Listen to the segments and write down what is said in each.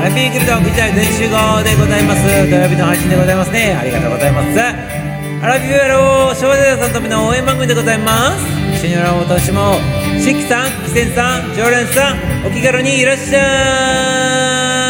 ハッピーギルド9時台全集合でございます。土曜日の配信でございますね。ありがとうございます。アラビューアロー昭和世代さんのための応援番組でございます。一緒にお楽しもう。シッキさん、キセンさん、常連さん、お気軽にいらっしゃい。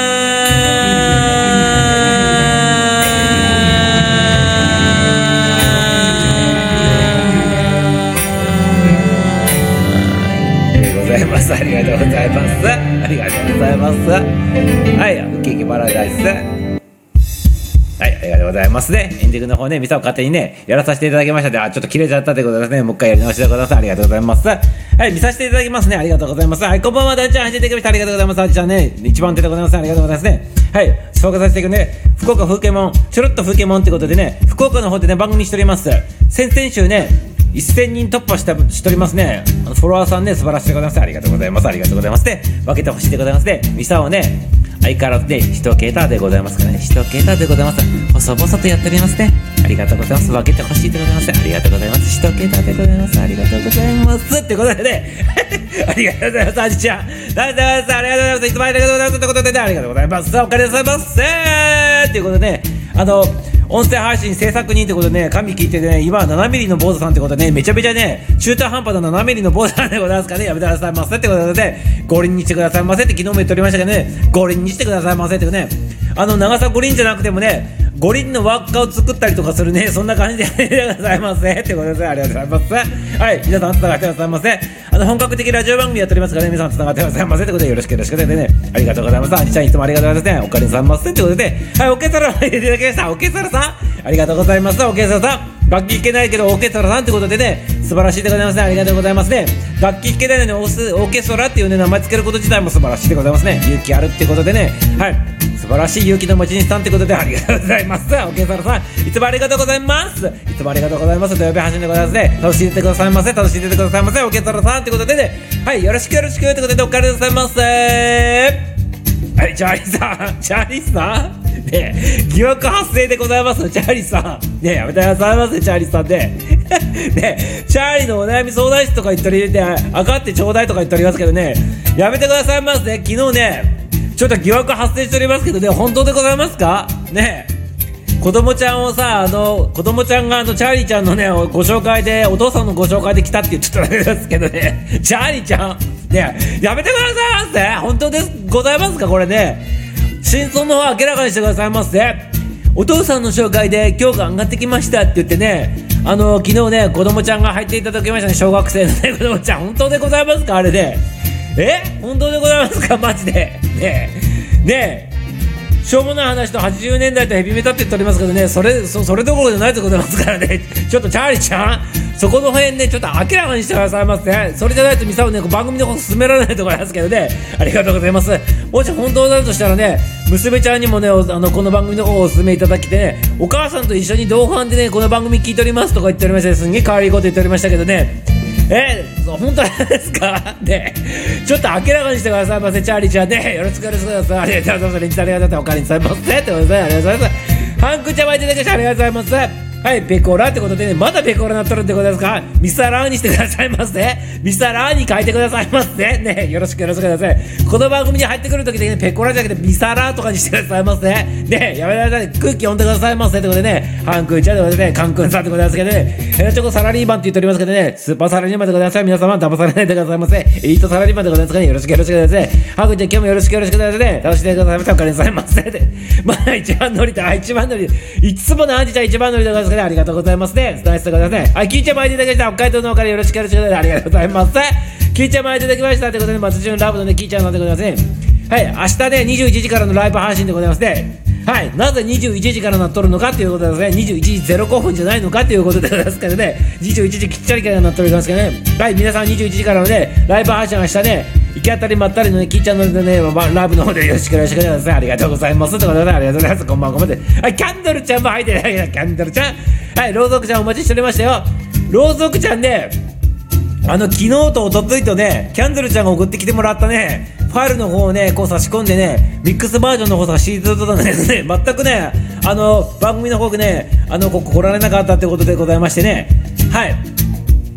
ありがとうございます。ありがとうございます。はい、ウキウキパラダイス。はい、ありがとうございますね。エンディングの方ね、ミサを勝手にね、やらさせていただきましたで、ちょっと切れちゃったということですね。もう一回やり直しでございます。ありがとうございます。はい、見させていただきますね。ありがとうございます。はい、こんばんは、ダンちゃん、入っていただきました。ありがとうございます。あんちゃんね、一番手でございます。ありがとうございますね。はい、紹介させていただくね、福岡風景もん、ちょろっと風景もんってことでね、福岡の方でね、番組しております。先々週ね、1000人突破しておりますね。フォロワーさんね、素晴らしいでございます。ありがとうございます。ありがとうございますね。分けてほしいでございますね。ミサをね、相変わらずね、1桁でございますからね。1桁でございます。細々とやっておりますね。ありがとうございます。分けてほしいでございます。ありがとうございます。1桁でございます。ありがとうございます。ってことでね、ありがとうございます。あじちゃん。ありがとうございます。ありがとうございます。いつもありがとうございます。ということでね、ありがとうございます。お金でございます。っていうことでね、音声配信制作人ってことでね、神聞いてね、今は7ミリの坊主さんってことでね、めちゃめちゃね、中途半端な7ミリの坊主さんでございますからね、やめてくださいませってことで、五輪にしてくださいませって昨日も言っておりましたけどね、五輪にしてくださいませってね、長さ五輪じゃなくてもね、五輪の輪っかを作ったりとかするね、そんな感じでやめてくださいませってことです。ありがとうございます。はい、皆さん繋がってくださいませ。本格的ラジオ番組やっておりますからね、皆さん繋がってくださいませってことでよろしくでね、ありがとうございます。あんちゃんいつもありがとうございますね。お金さんませってことで、はい、おけさらを入れていただきました。おけさらさん、ありがとうございます。おけさらさん、楽器弾けないけどオーケストラさんってことでね、素晴らしいでございますね。ありがとうございますね。楽器弾けないのにオーケストラっていうね、名前つけること自体も素晴らしいでございますね。勇気あるってことでね、はい、素晴らしい勇気の持ち主さんってことでありがとうございます。オーケストラさん、いつもありがとうございます。いつもありがとうございます。土曜日配信でございますね。楽しんでてくださいませ。楽しんでてくださいませ。オーケストラさんってことでね、はい、よろしくってことでお帰りくださいませ。はい、チャーリーさんね、疑惑発生でございます。チャーリーさんね、やめてくださいませ。チャーリーさんねね、チャーリーのお悩み相談室とか言っておりて、赤ってちょうだいとか言っておりますけどね、やめてくださいませ。昨日ね、ちょっと疑惑発生しておりますけどね、本当でございますかね。子供ちゃんをさ、子供ちゃんがチャーリーちゃんのね、ご紹介で、お父さんのご紹介で来たって言ってたんですけどね、チャーリーちゃんね、やめてくださいませ。本当ですございますかこれね。真相の方明らかにしてくださいませ。お父さんの紹介で今日が上がってきましたって言ってね、昨日ね、子供ちゃんが入っていただきましたね。小学生のね、子供ちゃん。本当でございますかあれで。本当でございますかマジで。ねえ。しょうもない話と80年代とヘビメタって言っておりますけどね、それどころじゃないとございますからね。ちょっとチャーリーちゃん、そこの辺ね、ちょっと明らかにしてくださいませ。それじゃないとミサをね、番組の方進められないと思いますけどね、ありがとうございます。もし本当だとしたらね、娘ちゃんにもね、この番組の方をお勧めいただきてね、お母さんと一緒に同伴でね、この番組聞いておりますとか言っておりまして、すんげえ可愛いこと言っておりましたけどね、本当ですかね、ちょっと明らかにしてくださいませ。チャーリーちゃんね、よろしくお願いします。ありがとうございます。連日ありがとうございます。お借りなさいませってことで、ありがとうございます。ハンクちゃんもいただきましてありがとうございます。はい、ペコラってことでね、まだペコラなっとるってことですか。ミサラーにしてくださいませ。ミサラーに書いてくださいませね、よろしくください。この番組に入ってくるときでね、ペコラじゃなくてミサラーとかにしてくださいませね、やめてください。空気読んでくださいませってことでね、ハンクちゃんってことでね、カンクンさんってことですけどね、ヘナチョコサラリーマンって言っておりますけどね、スーパーサラリーマンでございます。皆様騙されないでくださいませ。エリートサラリーマンでございますからね、よろしくください。ハンクちゃん今日もよろしくくださいね、楽しんでくださいませ。お金さいませってまあ一番乗りだ、一番乗り、いつものアンジちゃん一番乗りでございますからね、ありがとうございますね。ナイスでございますね。はい、キーちゃんも入っていただきました。北海道のお金よろしくください。ありがとうございます。キーちゃんも入っていただきましたということで、松潤ラブのね、キーちゃんなんでございますね。はい、明日ね、21時からのライブ配信でございますね。はい、なぜ21時からなっとるのかということですね。21時05分じゃないのかということでございますけどね、21時きっちゃりからなっておりますけどね。はい、皆さん21時からのね、ライブ配信は明日ね、行き当たりまったりのね、キーちゃんのね、ライブの方でよろしくお願いします。ありがとうございます。ということで、ありがとうございます。こんばんは、こんばんは。はい、キャンドルちゃんも入ってない。キャンドルちゃん。はい、ろうそくちゃんお待ちしておりましたよ。ろうそくちゃんね、昨日と一昨日とね、キャンドルちゃんが送ってきてもらったね、ファイルの方をね、こう差し込んでね、ミックスバージョンの方がシーズンとなんですね、全くね、番組の方でね、ここ来られなかったってことでございましてね、はい。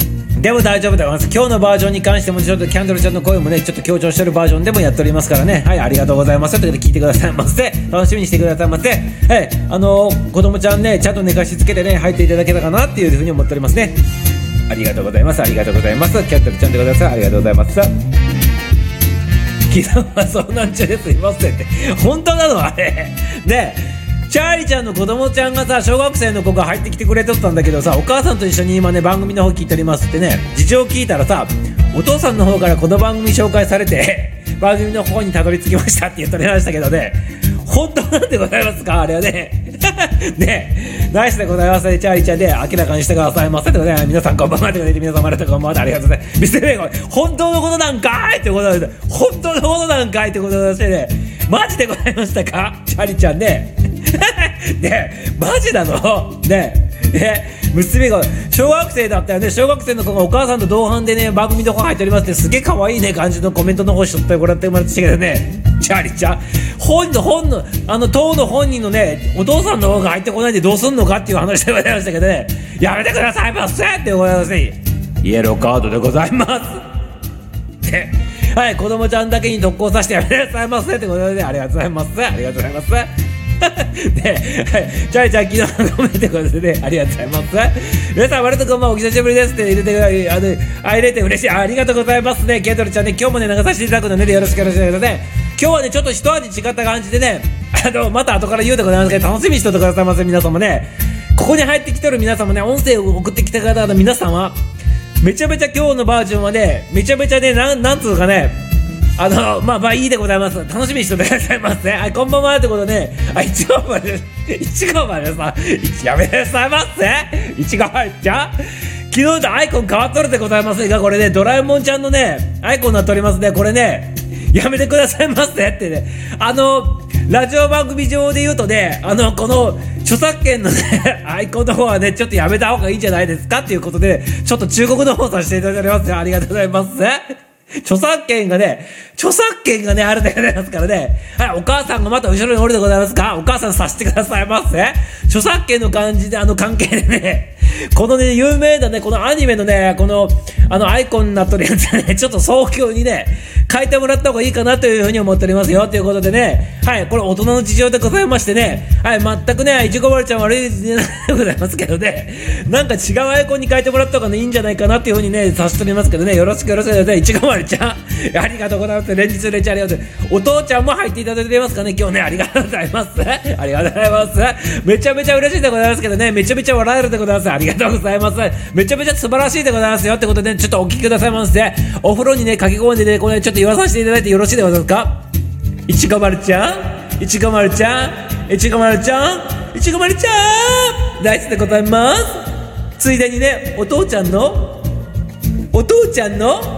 でも大丈夫でございます。今日のバージョンに関してもちょっとキャンドルちゃんの声もねちょっと強調してるバージョンでもやっておりますからね。はい、ありがとうございますということで聞いてくださいませ。楽しみにしてくださいませ。はい、子供ちゃんねちゃんと寝かしつけてね入っていただけたかなっていうふうに思っておりますね。ありがとうございます。ありがとうございます。キャンドルちゃんでございます。ありがとうございます。昨日は遭難中ですいませんって本当なのあれでチャーリーちゃんの子供ちゃんがさ小学生の子が入ってきてくれとったんだけどさ、お母さんと一緒に今ね番組の方聞いておりますってね事情聞いたらさ、お父さんの方からこの番組紹介されて番組の方にたどり着きましたって言っておりましたけどね、本当なんでございますかあれはねねナイスでございますね。チャーリーちゃんで明らかにしてくださいませってことで、皆さんこんばんはってことで皆様ありがとうございます。ありがとうございます。見せてね本当のことなんかいってことで、本当のことなんかいってことでね、マジでございましたかチャーリーちゃんねねマジなのね娘が小学生だったよね。小学生の子がお母さんと同伴でね番組の方入っておりますってすげえ可愛いね感じのコメントの方しとってもらってましたけどね、チャーリーちゃん当の本人のねお父さんの方が入ってこないでどうすんのかっていう話でございましたけどね、やめてくださいませってございます。イエローカードでございますね。はい、子供ちゃんだけに特攻させてやめてくださいませってことで、ありがとうございます。ありがとうございますね、はい、チャーリーちゃん昨日のコメントということでね、ありがとうございます。皆さん、割とこんばんは、お久しぶりですって入れて、入れて嬉しい。ありがとうございますね。ケントルちゃんね、今日もね、流させていただくので、よろしくお願いしますね。今日はね、ちょっと一味違った感じでね、また後から言うでございますけど、楽しみにしておいてくださいませ、皆様ね。ここに入ってきてる皆様ね、音声を送ってきた方々、皆さんは、めちゃめちゃ今日のバージョンはね、めちゃめちゃね、なんつうかね、まあいいでございます。楽しみにしておいてくださいませ。はい、こんばんはってことでね、1号までさ、やめてくださいませ。1号までちゃん昨日とアイコン変わっとるでございますが、これね、ドラえもんちゃんのね、アイコンになっておりますね。これね、やめてくださいませってね、ラジオ番組上で言うとね、この著作権のね、アイコンの方はね、ちょっとやめた方がいいんじゃないですかっていうことで、ちょっと忠告の方させていただいておりますよ。ありがとうございます。著作権がね、あるでございますからね。はい、お母さんがまた後ろにおるでございますか。お母さんさせてくださいませ。著作権の感じで、関係でね、このね、有名なね、このアニメのね、この、アイコンになっとるやつね、ちょっと早急にね、変えてもらった方がいいかなというふうに思っておりますよ。ということでね、はい、これ大人の事情でございましてね、はい、全くね、いちごまるちゃん悪いでございますけどね、なんか違うアイコンに変えてもらった方がいいんじゃないかなっていうふうにね、させておりますけどね、よろしくお願いします。いちごまるちゃん、ありがとうございます。連日ありがとうございます。お父ちゃんも入っていただいてますかね、今日ね、ありがとうございます。ありがとうございます。めちゃめちゃ嬉しいでございますけどね、めちゃめちゃ笑えるでございます。ありがとうございます。めちゃめちゃ素晴らしいでございますよってことで、ちょっとお聞きくださいませ。お風呂にね、駆け込んでね、これちょっと言わさせていただいてよろしいでございますか。いちごまるちゃん、いちごまるちゃん、いちごまるちゃん、いちごまるちゃん、ナイスでございます。ついでにね、お父ちゃんのチャーリ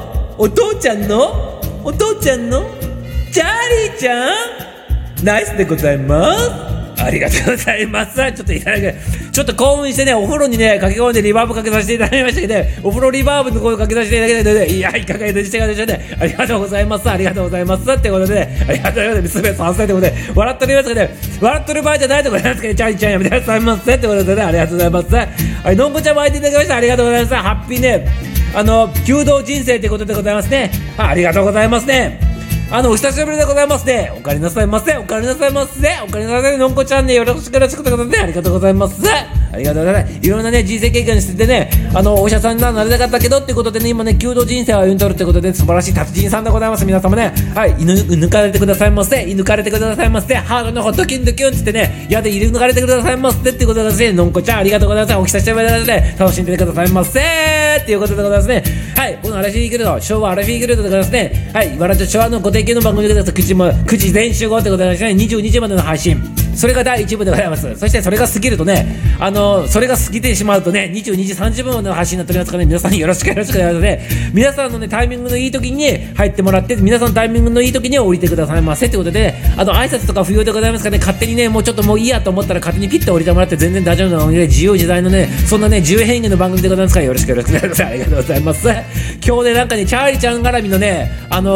ーちゃん、ナイスでございます。ありがとうございます。ちょっといただく、ちょっと興奮してね、お風呂にね、駆け込んでリバーブかけさせていただきましたけど、ね、お風呂リバーブの声をかけさせていただきましたけど、いや、いかがでしたかでしょうね。ありがとうございます。ありがとうございます。ってことで、ね、ありがとうございます。娘さん歳ってことで、笑っておりますけど、ね、笑ってる場合じゃないでございますけど、チャーリーちゃんやめてくださいませ。ってことでね、ありがとうございます。はい、のんこちゃんも入っていただきました。ありがとうございます。ハッピーね、弓道人生ってことでございますね。ありがとうございますね。お久しぶりでございますね。お帰りなさいませ。お帰りなさいませ。お帰りなさいませ。のんこちゃんね、よろしくということで、ありがとうございます。ありがとうございます。いろんなね、人生経験しててね、お医者さんになりたかったけどっていうことでね、今ね、弓道人生を歩んでおるってことで、素晴らしい達人さんでございます。皆様ね、はい、抜かれてくださいませ。抜かれてくださいませ。ハードのほっとキュンドキュンつってね、やで抜かれてくださいませっていうことでですね、のんこちゃんありがとうございます。お久しぶりでね、楽しんでくださいませっていうことでございますね。はい、このアラフィーギルド、昭和アラフィーギルドでございますね。はい、茨城昭和のご提供の番組でございます。9時全集合ってことでございますね。22時までの配信。それが第1部でございます。そしてそれが過ぎるとね、それが過ぎてしまうとね、22時30分の配信になっておりますからね、皆さんよろしくお願いしますね。皆さんのね、タイミングのいい時に入ってもらって、皆さんのタイミングのいい時に降りてくださいませってことで、挨拶とか不要でございますからね、勝手にね、もうちょっともういいやと思ったら勝手にピッと降りてもらって全然大丈夫なので、自由自在のね、そんなね、自由変化の番組でございますから、よろしくお願いします。ありがとうございます。今日ね、なんかね、チャーリーちゃん絡みのね、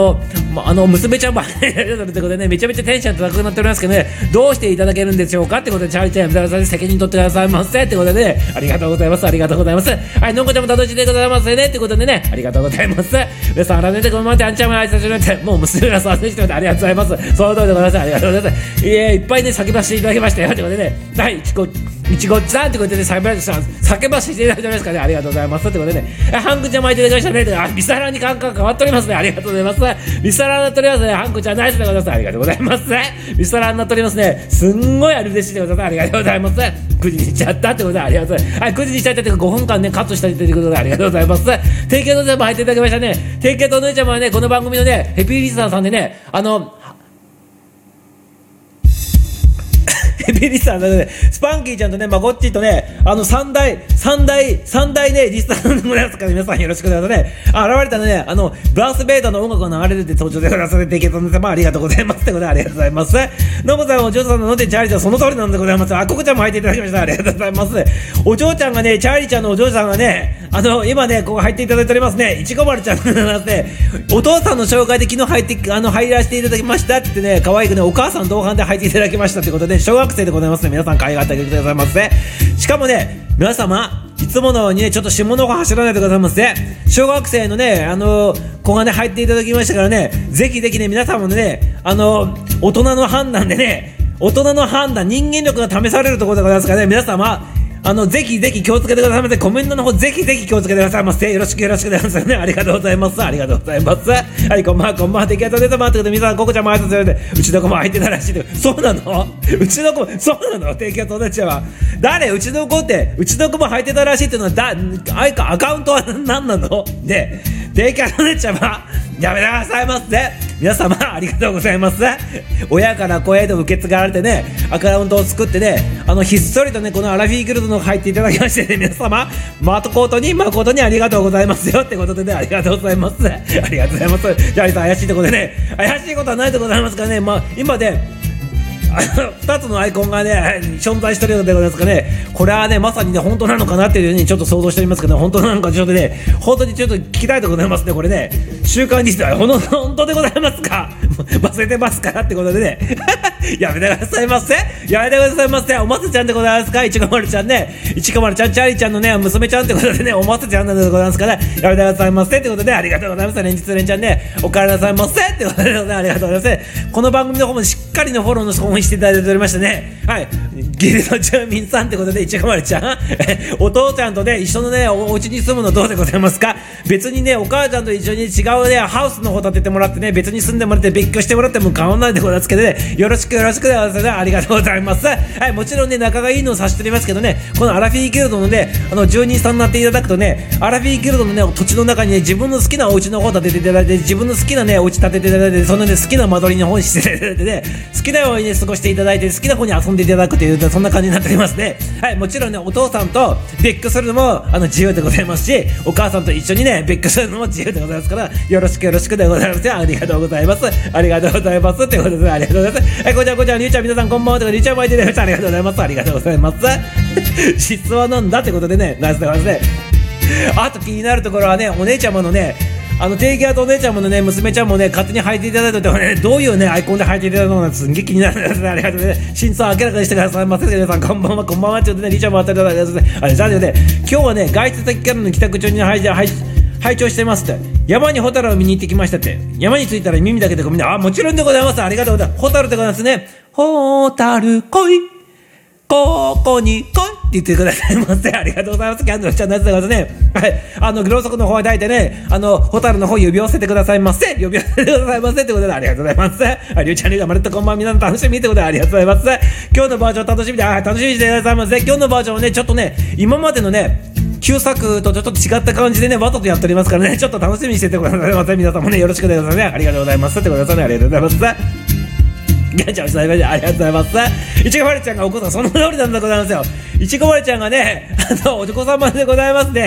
娘ちゃんもということでね、めちゃめちゃテンション高くなっておりますけどね、どうしていただけるんでしょうかってことで、チャーリーちゃんやめてください、責任取ってくださいませってことでね、ありがとうございます、ありがとうございます。はい、のんこちゃんも楽しんでくださいませねってことでね、ありがとうございます。皆さん、改めてこのままであんちゃんも挨拶して、もう娘が参戦しててありがとうございます。その通りでございます。ありがとうございます。いっぱいね、叫ばせていただきましたよってことでね、はい、いちごちゃんってことで叫ばせていただいておりますからね、ありがとうございますってことでね、ハンクちゃんも巻いていただきましたね。ミサラに感覚変わっておりますね。ありがとうございます。ミサラになっておりますね。ハンクちゃんナイスでございます。ありがとうございます。ミサラになっておりますね。すんごいあれ嬉しいでございます。ありがとうございます。9時にしちゃったってことでありがとうございます。はい、9時にしちゃったって5分間ね、カットしたということでありがとうございます。提携の姉ちゃんも入っていただきましたね。提携と姉ちゃんもね、この番組のね、ヘピーリスナーさんでね、ヘビーリスナーなので、スパンキーちゃんとね、まこっちとね、三大ね、リスナーの村ですから皆さんよろしくお願いしますね。現れたのね、バースベイダーの音楽が流れてて登場でくださって、テケトの様ありがとうございますってことでありがとうございます。のぼさん、お嬢さんののでチャーリーちゃん、その通りなんでございます。ここちゃんも入っていただきました。ありがとうございます。お嬢ちゃんがね、チャーリーちゃんのお嬢さんがね、今ね、ここ入っていただいておりますね。いちごまるちゃんがなって、お父さんの紹介で昨日入らせていただきましたって言ってね、可愛くね、お母さん同伴で入っていただきましたってことで、小学生でございますね。皆さん可愛がってあげてくださいませ。しかもね、皆様、いつものようにね、ちょっと下の方走らないでくださいませ。小学生のね、子がね、入っていただきましたからね、ぜひぜひね、皆さんもね、大人の判断でね、人間力が試されるところでございますからね、皆様、ぜひぜひ気をつけてくださいませ。コメントの方ぜひぜひ気をつけてくださいませ。よろしくお願いしますね。ありがとうございます。ありがとうございます。はい、こんばんは。敵当たり様ってことで、皆さん、ココちゃんも挨拶されて、うちの子も入ってたらしいで。そうなの？うちの子も、そうなの？敵当たりは。誰？うちの子って、うちの子も入ってたらしいっていうのは、アカウントは何なの？で、敵当たりは、やめてくださいませ。皆様ありがとうございます。親から子へと受け継がれてね、アカウントを作ってね、ひっそりとね、このアラフィーギルドの入っていただきましてね、皆様誠にありがとうございますよってことでね、ありがとうございます。ありがとうございます。ジャリさん怪しいところでね、怪しいことはないでございますからね、今で2つのアイコンがね存在してるのでございますかね。これはねまさにね本当なのかなっていう風にちょっと想像しておりますけど、本当なのかちょっとね本当にちょっと聞きたいでございますね。これね週刊ニュースは本当でございますか忘れてますからってことでねやめてくださいませ。やめてくださいませ。おまつちゃんでございますか。いちごまるちゃんね、いちごまるちゃんチャーリーちゃんのね娘ちゃんってことでね、おまつちゃんなんでございますからやめてくださいませってことでありがとうございます。連日連ちゃんねお帰りなさいませってことで、ね、ありがとうございます。この番組の方もしっかりのフォローの質問していただいておりましてね、はい、ギルド住民さんってことでいちごまるちゃんお父ちゃんとね一緒のねお家に住むのどうでございますか。別にねお母ちゃんと一緒に違うねハウスの方建ててもらってね別に住んでもらって別居してもらっても構わないでございますけどね、よろしくでございます。ありがとうございます。はい、もちろんね仲がいいのを察しておりますけどね、このアラフィーギルドのね住人さんになっていただくとね、アラフィーギルドのね土地の中にね自分の好きなお家の方建てていただいて、自分の好きなねお家建てていただいて、そのね好きな間取りの方にしていただいてね、好きなようにね過ごしていただいて好きな方に遊んでいただくというそんな感じになっておりますね。はい、もちろんねお父さんと別居するのも自由でございますし、お母さんと一緒にね別居するのも自由でございますから、よろしくでございます。ありがとうございます。ありがとうございますってことでありがとうございます。はい、こちらりゅうちゃん皆さんこんばんはとかりゅうちゃんも相手でありがとうございます。ありがとうございます質はなんだってことでね、ナイスでございますね。あと気になるところはね、お姉ちゃまのね定義とお姉ちゃんものね娘ちゃんもね勝手に履いていただいてね、どういうねアイコンで履いていただいたのかすんげえ気になるんですね。ありがとうね。真相を明らかにしてくださいませ。皆さんこんばんはって言ってね、りーちゃんもあったりとかですね。あれじゃあね、今日はね外出先からの帰宅中に拝聴してますって、山にホタルを見に行ってきましたって、山に着いたら耳だけでごめんな。もちろんでございます。ありがとうございます。ホタルでございますね。ホタル来いここに来いって言ってくださいませ。ありがとうございます。キャンドルちゃんのやつでございますね。はい、ろうそくの方へ抱いてねホタルの方呼び寄せてくださいませ。呼び寄せてくださいませってことでありがとうございます。りゅうちゃんにがまるっとこんばんは、皆さん楽しみってことでありがとうございます。今日のバージョン楽しみで楽しみにしてくださいませ。今日のバージョンはねちょっとね今までのね旧作とちょっと違った感じでねわざとやっておりますからね、ちょっと楽しみにしててくださいませ。皆さんもねよろしくでございますね。ありがとうございますってことでね、ありがとうございます。ギャンちゃんありがとうございます。いちごまるちゃんがお子さんその通りなんでございますよ。いちごまるちゃんがねお子様でございますね。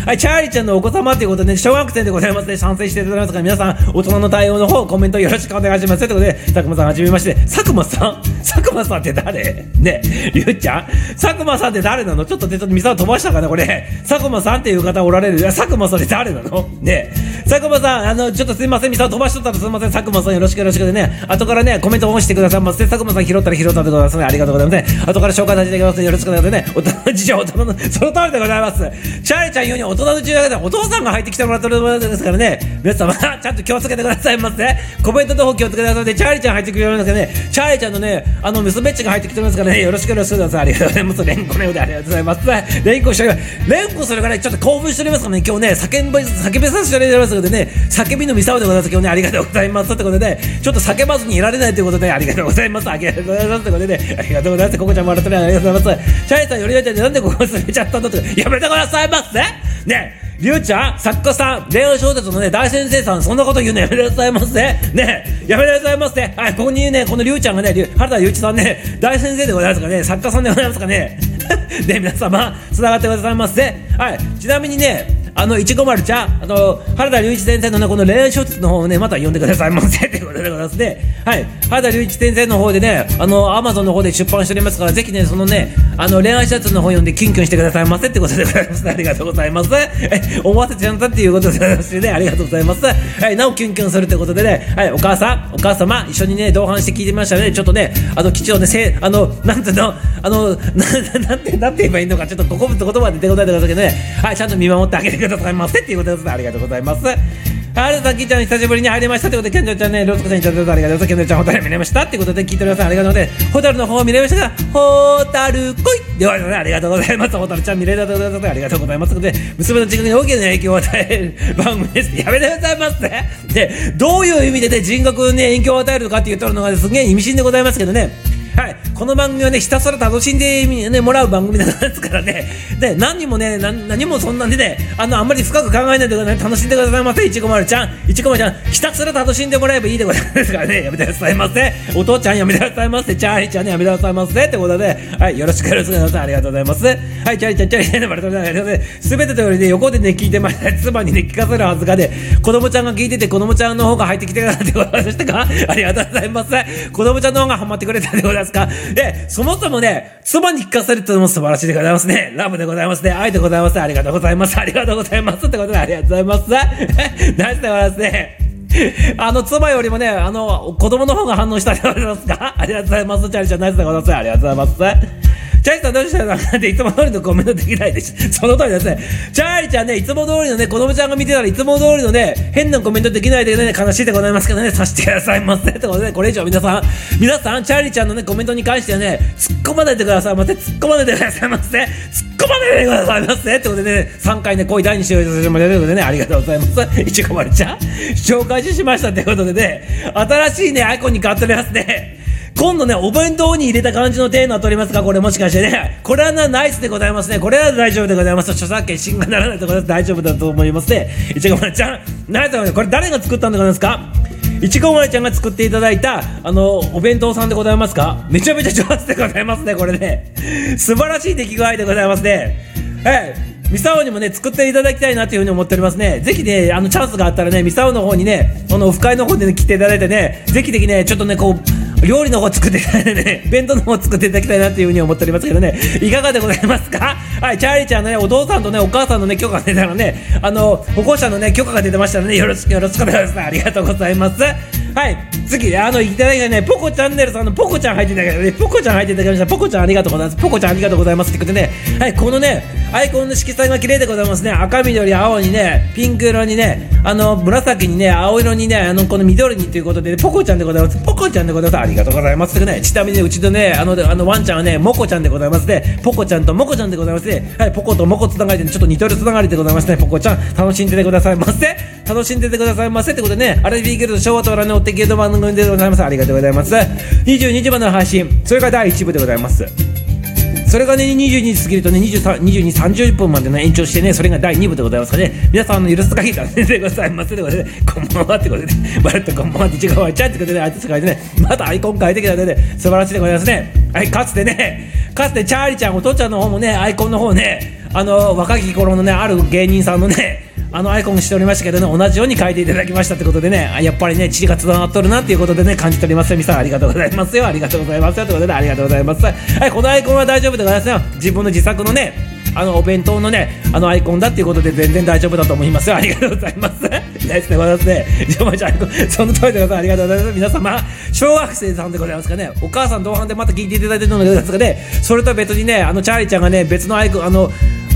はい、チャーリーちゃんのお子様ということで、小学生でございますね、賛成していただきますから、皆さん、大人の対応の方、コメントよろしくお願いします。ということで、佐久間さんはじめまして、佐久間さんって誰ね、りゅうちゃん佐久間さんって誰なの？ちょっとミサを飛ばしたかなこれ。佐久間さんっていう方おられる。佐久間さんって誰なのね、佐久間さん、ちょっとすいません、ミサを飛ばしとったらすいません、佐久間さんよろしくでね、後からね、コメントを押してくださいませ。佐久間さん拾ったら拾ったでございますね。ありがとうございますね。後から紹介させていただきます。よろしくお願いしますね。大人の事情、大人の、その通りでございます。チャーリーちゃん言うに大人の事情でお父さんが入ってきてもらってるものですからね、皆様、ちゃんと気をつけてくださいませ。コメントの方気をつけてくださいね。チャーリーちゃん入ってきてるんですけどね、チャーリーちゃんのね、娘っちが入ってきてるんですからね、よろしくください。ありがとうございます。連呼のようでありがとうございます。連呼するからちょっと興奮しておりますからね、今日ね、叫びさせていただいておりますのでね、叫びのミサオでございます。今日ね、ありがとうございます。ということで、ちょっと叫ばずにいられないということで、ありがとうございます。ありがとうございます。ということで、ありがとうございます。ココちゃんも笑ってるありがとうございます。チャイさんよりなちゃんなんでここ忘れちゃったのとか、やめてくださいませね。りゅうちゃん、作家さん、恋愛小説のね、大先生さん、そんなこと言うのやめてくださいませね。やめてくださいませ。はい、ここにね、このりゅうちゃんがね、原田祐一さんね、大先生でございますからね、作家さんでございますからね。で、皆様、繋がってくださいませ。はい、ちなみにね、いちごまるちゃん、原田隆一先生のね、この恋愛小説の方をね、また読んでくださいませということでございますね。はい、原田隆一先生の方でね、Amazon の方で出版しておりますから、ぜひね、そのね、恋愛小説の方読んでキュンキュンしてくださいませってことでございます。ありがとうございます。思わせちゃったっていうことでございますね。ありがとうございます。はい、なおキュンキュンするってことでね、はい、お母様、一緒にね、同伴して聞いてみましたね。ちょっとね、基調ね、なんていうの、なんて言えばいいのか、ちょっとここぶと言葉で出てこないでくださいけどね、はい、ちゃんと見守ってあげてくださいませっていうことです。ありがとうございます。はい、さっきちゃん久しぶりに入りましたということで、ケンジョちゃんね、ロースコさんにちょっとありがとうございます。ケンジョちゃんホタル見れましたっていうことで聞いてください。ありがとうございます。ホタルの方見れましたが、ホタル来いではね、ありがとうございます。ホタルちゃん見れたということでありがとうございます。ということで、娘の人格に大きな影響を与える番組です。やめてくださいませ。で、どういう意味でね、人格にね、影響を与えるのかって言っとるのがすげえ意味深でございますけどね。はい、この番組はね、ひたすら楽しんで、ね、もらう番組なんですからね。で、何もそんなんでね、あんまり深く考えないでください。楽しんでくださいませ。いちごまるちゃん、ひたすら楽しんでもらえばいいでございますからね。やめてくださいませ。お父ちゃんやめてくださいませ。チャーリーちゃんね、やめてくださいませ。ってことで、はい、よろしくお願いします。ありがとうございます。はい、チャーリーちゃん、すべてとよりね、横でね、聞いてました。妻にね、聞かせるはずがね、子供ちゃんが聞いてて、子供ちゃんの方が入ってきてくださってございましたか？ありがとうございます。子供ちゃんの方がハマってくれたでございますか？で、そもそもね、妻に聞かせるってのも素晴らしいでございますね。ラブでございますね。愛でございます。ありがとうございます。ありがとうございます。ってことで、ありがとうございます。ナイスでございますね。妻よりもね、子供の方が反応したでございますか？ありがとうございます。チャリちゃん、ナイスでございます。ありがとうございます。チャーリーさんどうしたのなんていつも通りのコメントできないです。その通りですね。チャーリーちゃんね、いつも通りのね、子供ちゃんが見てたらいつも通りのね、変なコメントできないでね、悲しいでございますけどね、させてくださいませ。ってことで、これ以上皆さん、チャーリーちゃんのね、コメントに関してはね、突っ込まないでくださいませ。突っ込まないでくださいませ。突っ込まないでくださいませ。ってことでね、3回ね、恋第2週をさせてもらえるのでね、ありがとうございます。いちごまるちゃん、紹介しましたってことでね、新しいね、アイコンに変わっておりますね。今度ね、お弁当に入れた感じのテーマ取りますか？これもしかしてね。これはナイスでございますね。これは大丈夫でございます。著作権審がならないところで大丈夫だと思いますね。いちごまるちゃん、ナイスでございます。これ誰が作ったんでございますか？いちごまるちゃんが作っていただいた、お弁当さんでございますか？めちゃめちゃ上手でございますね、これね。素晴らしい出来具合でございますね。はい。ミサオにもね、作っていただきたいなというふうに思っておりますね。ぜひね、チャンスがあったらね、ミサオの方にね、オフ会の方でね、来ていただいてね、ぜひね、ちょっとね、こう、料理の方作っていただいてね、弁当の方作っていただきたいなというふうに思っておりますけどね、いかがでございますか？はい、チャーリーちゃんのね、お父さんとね、お母さんのね、許可が出たらね、保護者のね、許可が出てましたらね、よろしくお願いします。ありがとうございます。はい、次、いただいたね、ポコチャンネルさんのポコちゃん入っていただきましたね。ポコちゃん入っていただきました。ポコちゃんありがとうございます。ポコちゃんありがとうございますってことでね、はい、このね、アイコンの色彩が綺麗でございますね。赤緑青にね、ピンク色にね、紫にね、青色にね、この緑にということで、ね、ポコちゃんでございます。ポコちゃんでございます。ありがとうございますってね、ちなみにね、うちのね、ワンちゃんはね、モコちゃんでございますね。ポコちゃんとモコちゃんでございますね。はい、ポコとモコつながりで、ちょっと似てるつながりでございますね。ポコちゃん、楽しんでてくださいませ。楽しんでてくださいませってことでね、アラビーギルド昭和と裏のお手記の番組でございます。ありがとうございます。22時までの配信、それが第1部でございます。それがね、22時過ぎるとね、22、30分までの延長してね、それが第2部でございますからね、皆さんの許す限りだねでございますということで、こんばんはってことで、バルトこんばんはって違うわちゃんってことで、あいつがね、またアイコン変えてきたので、素晴らしいでございますね。はい、かつてチャーリーちゃん、お父ちゃんの方もね、アイコンの方ね、 若き頃のねある芸人さんのねアイコンしておりましたけどね、同じように書いていただきましたってことでね、やっぱりね血がつながっとるなっていうことでね感じておりますよ。皆さんありがとうございますよ、ありがとうございますよということでありがとうございます。はい、このアイコンは大丈夫でございますよ。自分の自作のねお弁当のねアイコンだっていうことで全然大丈夫だと思いますよ。ありがとうございます。ナイスでございますね。アイコンその通りでございます。ありがとうございます。皆様小学生さんでございますかね。お母さん同伴でまた聞いていただいてるのでございますかね。それとは別にねチャーリーちゃんがね別のアイコン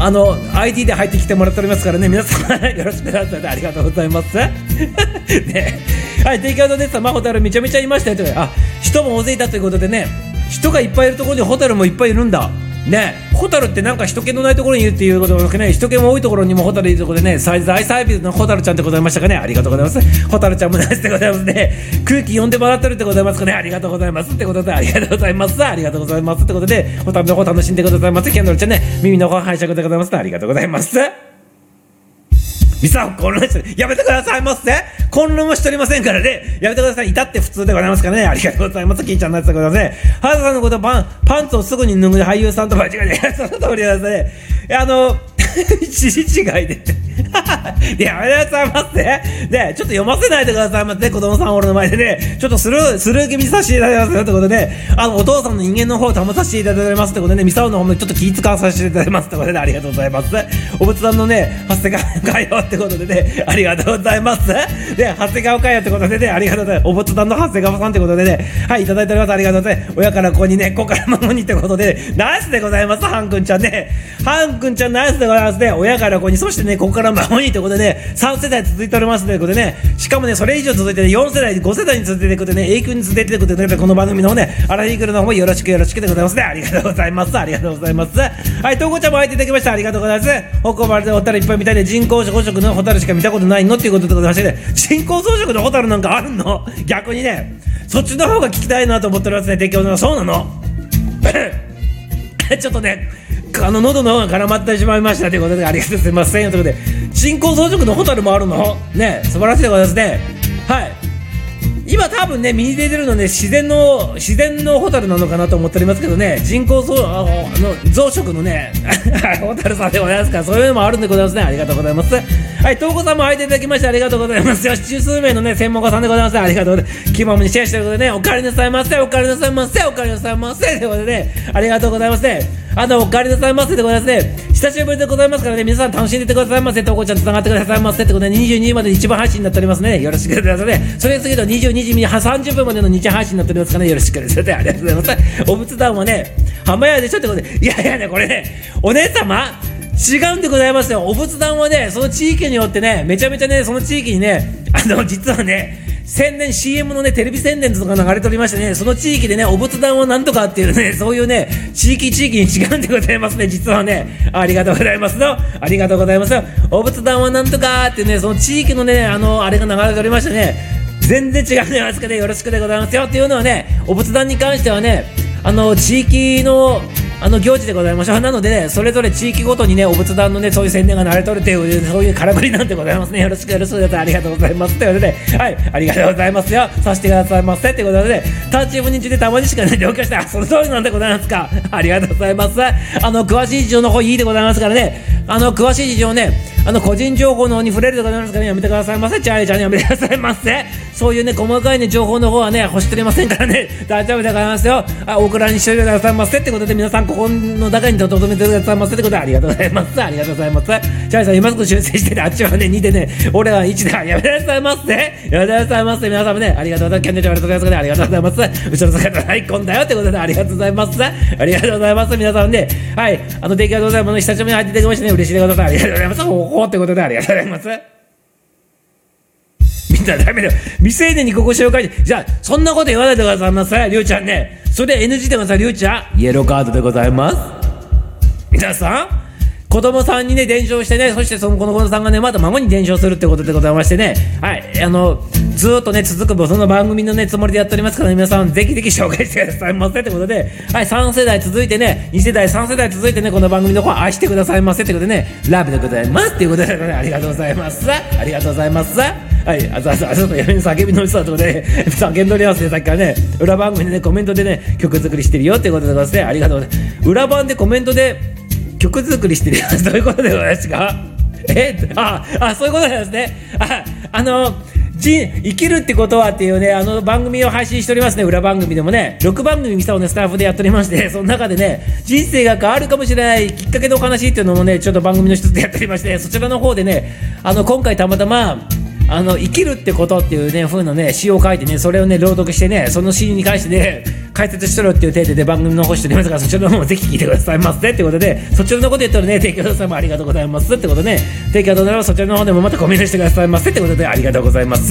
ID で入ってきてもらっておりますからね、皆様よろしくお願いします。ありがとうございますね。はい、テイクアウトです。ホタルめちゃめちゃいましたよと。人も大勢いたということでね、人がいっぱいいるところにホタルもいっぱいいるんだね。ホタルってなんか人気のないところにいるっていうことですかね。人気も多いところにもホタルいるところでね、大サービスのホタルちゃんでございましたかね。ありがとうございます。ホタルちゃんもナイスでございますね。空気読んでもらってるってございますかね。ありがとうございますってことでありがとうございます。ありがとうございますってことで、ホタルの方楽しんでくださいます。キャンドルちゃんね、耳の方拝借でございます。ありがとうございます。ミサオ混乱してやめてくださいませ。混乱もしておりませんからね、やめてください。至って普通でございますからね。ありがとうございます。キーちゃんのやつでございますね。ハルさんのことパンツをすぐに脱ぐ俳優さんと間違えてその通りですね。一時違いでやめてくださいませ。ね、ちょっと読ませないでくださいませ。子供さん俺の前でね、ちょっとスルー気味させていただきますよってことで、お父さんの人間の方を保たせていただきますってことでね、ミサオの方もちょっと気使わさせていただきますってことで、ありがとうございます。お仏さんのね長谷川会話ってことでね、ありがとうございます。で長谷川会話ってことでね、ありがとうございます。お仏さんの長谷川さんってことでね、はい、いただいております。ありがとうございます。親から子にね、子から孫にってことで、ナイスでございます。ハンくんちゃんね、ハンくんちゃんナイスでございますね。親から子に、そしてね子から孫にってことでね、3世代続いておりますということでね、しかもねそれ以上続いてね4世代5世代に続いていくことでね、永久に続いていくことでね、この番組の方ねアラフィークルの方もよろしくでございますね。ありがとうございます。ありがとうございます。はい、トウコちゃんも入っていただきました。ありがとうございます。北欧バルでホタルいっぱい見たいで、人工装飾のホタルしか見たことないのっていうことでございましてね、人工装飾のホタルなんかあるの？逆にねそっちの方が聞きたいなと思っておりますね。提供のそうなのちょっとね喉の方が絡まってしまいましたということで、ありがとうございます。ということで人工装飾のホタルもあるのね、素晴らしいでございますね。はい、今多分ね身に出てるのね自然のホタルなのかなと思っておりますけどね、人工増殖のねホタルさんでございますから、そういうのもあるんでございますね。ありがとうございます。はい、トウコさんも入っていただきましてありがとうございます。よし、中数名のね専門家さんでございます。ありがとうございます。気ままにシェアしてることでね、お帰りなさいませ、お帰りなさいませ、お帰りなさいませということでね、ありがとうございますね。お帰りなさいませでございますね。久しぶりでございますからね、皆さん楽しんでいってくださいませ。トウコちゃんつながってくださいませってことで、22時まで一番配信になっておりますね。よろしくくださいね。それに次ぐと22時30分までの日配信になっておりますからね、よろしくください。ありがとうございます。お仏壇はね浜屋でしょってことで、いやいやねこれねお姉様違うんでございますよ。お仏壇はねその地域によってねめちゃめちゃねその地域にね実はね宣伝 CM のねテレビ宣伝とか流れておりましてね、その地域でねお仏壇はなんとかっていうね、そういうね地域に違うんでございますね。実はねありがとうございますよ。ありがとうございますよ。お仏壇はなんとかっていうねその地域のねあれが流れておりましてね、全然違うんじゃないですかね。よろしくでございますよっていうのはね、お仏壇に関してはね地域の行事でございましょう。なのでねそれぞれ地域ごとにねお仏壇のねそういう宣伝が流れとるっていうそういうからくりなんでございますね。よろしくありがとうございますということで、はい、ありがとうございますよ。させてくださいませということで、タッチオブについてたまにしかね了解した、その通りなんでございますか。ありがとうございます。詳しい事情の方いいでございますからね、詳しい事情ね個人情報の方に触れるでございますからね、やめてくださいませ。チャーリーちゃんにやめてくださいませ。そういうね細かいね情報の方はね欲しておりませんからね、大丈夫でございますよ。大倉にしといてくださいませってことで、皆さんここの中に留めてくださいませってことで、ありがとうございます。ありがとうございます。チャーリーさん今すぐ修正してて、あっちはね2でね俺は1でやめてくださいませ。やめてくださいませ。皆さんもねありがとうございます。キャンディーちゃんありがとうございます。ありがとうございます。後ろ姿大根だよってことで、ありがとうございます。ありがとうございます。皆さんね、はい、出来がございます。久しぶりに入っていただきましてね、嬉しいでございます。ありがとうございます。ほほってことで、ありがとうございます。みんなダメだよ、未成年にここ紹介して、じゃあそんなこと言わないでくださいませ。りゅうちゃんねそれ NG でございます。りゅうちゃんイエローカードでございます。皆さん子供さんにね伝承してね、そしてこの子供さんがねまた孫に伝承するってことでございましてね、はい、ずーっとね続くその番組のねつもりでやっておりますから、ね、皆さんぜひぜひ紹介してくださいませってことで、はい、3世代続いてね2世代3世代続いてねこの番組の方愛してくださいませってことでね、ラブでございますっていうことで、ね、ありがとうございます。ありがとうございます。はい、ちょっとやめに叫びの人だとかで、ね、叫んでおりますね。さっきからね裏番組でねコメントでね曲作りしてるよっていうことでございますね。ありがとうございます。裏番でコメントで曲曲作りしてるよそういうことでございますか。そういうことなんですね。生きるってことはっていうね、番組を配信しておりますね。裏番組でもね、6番組ミサをねスタッフでやっておりまして、その中でね、人生が変わるかもしれないきっかけのお話っていうのもね、ちょっと番組の一つでやっておりまして、そちらの方でね、今回たまたま生きるってことっていうね風のね詩を書いてね、それをね朗読してね、その詩に関してね解説しとるっていう程度で番組の方しておりますから、そちらの方もぜひ聞いてくださいませってことで、そちらのこと言ったらね、提供さんもありがとうございますってことで、提供のらそちらの方でもまたコメントしてくださいませってことで、ありがとうございます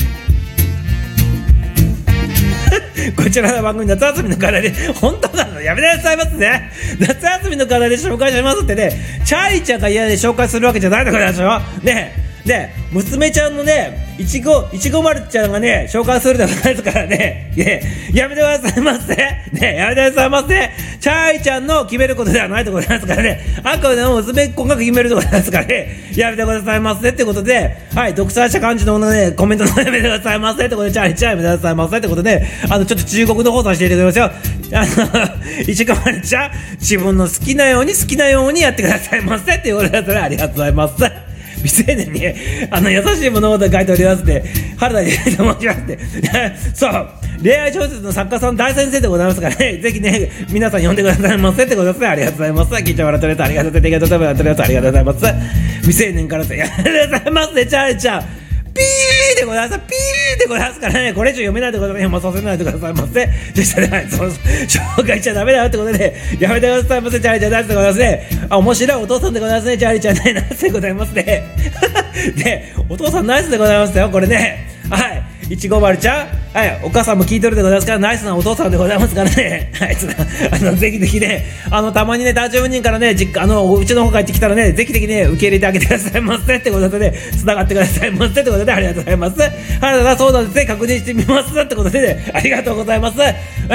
こちらの番組、夏休みの課題で、本当なのやめてくださいますね。夏休みの課題で紹介しますってね、チャイちゃんが嫌で紹介するわけじゃないのかでしょね。で、娘ちゃんのね、いちご丸ちゃんがね、紹介するではないですからね、やめてくださいませ。ね、やめてくださいませ。チャイちゃんの決めることではないところですからね、あくまでも娘っ子が決めるところですからね、やめてくださいませってことで、はい、独裁者感じのね、コメントのやめてくださいませってことで、チャイちゃんやめてくださいませってことで、ちょっと中国の方させていただきますよ。いちご丸ちゃん、自分の好きなようにやってくださいませっていうことですね。ありがとうございます。未成年に優しい物事を書いておりますって原田理恵と申しましてそう恋愛小説の作家さん大先生でございますからね、ぜひね皆さん読んでくださいませってことですね。ありがとうございます。聞いてもらっております。ありがとうございます。ありがとうございます。未成年からやめてくださいませね。チャーちゃんピーでございます。ピーでございますからね、これ以上読めないでください。させないでくださいませ。でしたね、紹介しちゃダメだよってことで、やめてくださいませ。チャーリーちゃん大好きでございますね。面白いお父さんでございますね。チャーリーちゃんね、ナイスでございますね。で、お父さんナイスでございますよ、これね。はい。いちご丸ちゃん、はい、お母さんも聞いてるでございますから、ナイスなお父さんでございますからね。はい、ぜひぜひね、たまにね、男女人からね、うちの方帰ってきたらね、ぜひぜひね、受け入れてあげてくださいませってことでね、繋がってくださいませってことで、ありがとうございます。はい、そうなんですね、確認してみますってことでね、ありがとうございます。はい、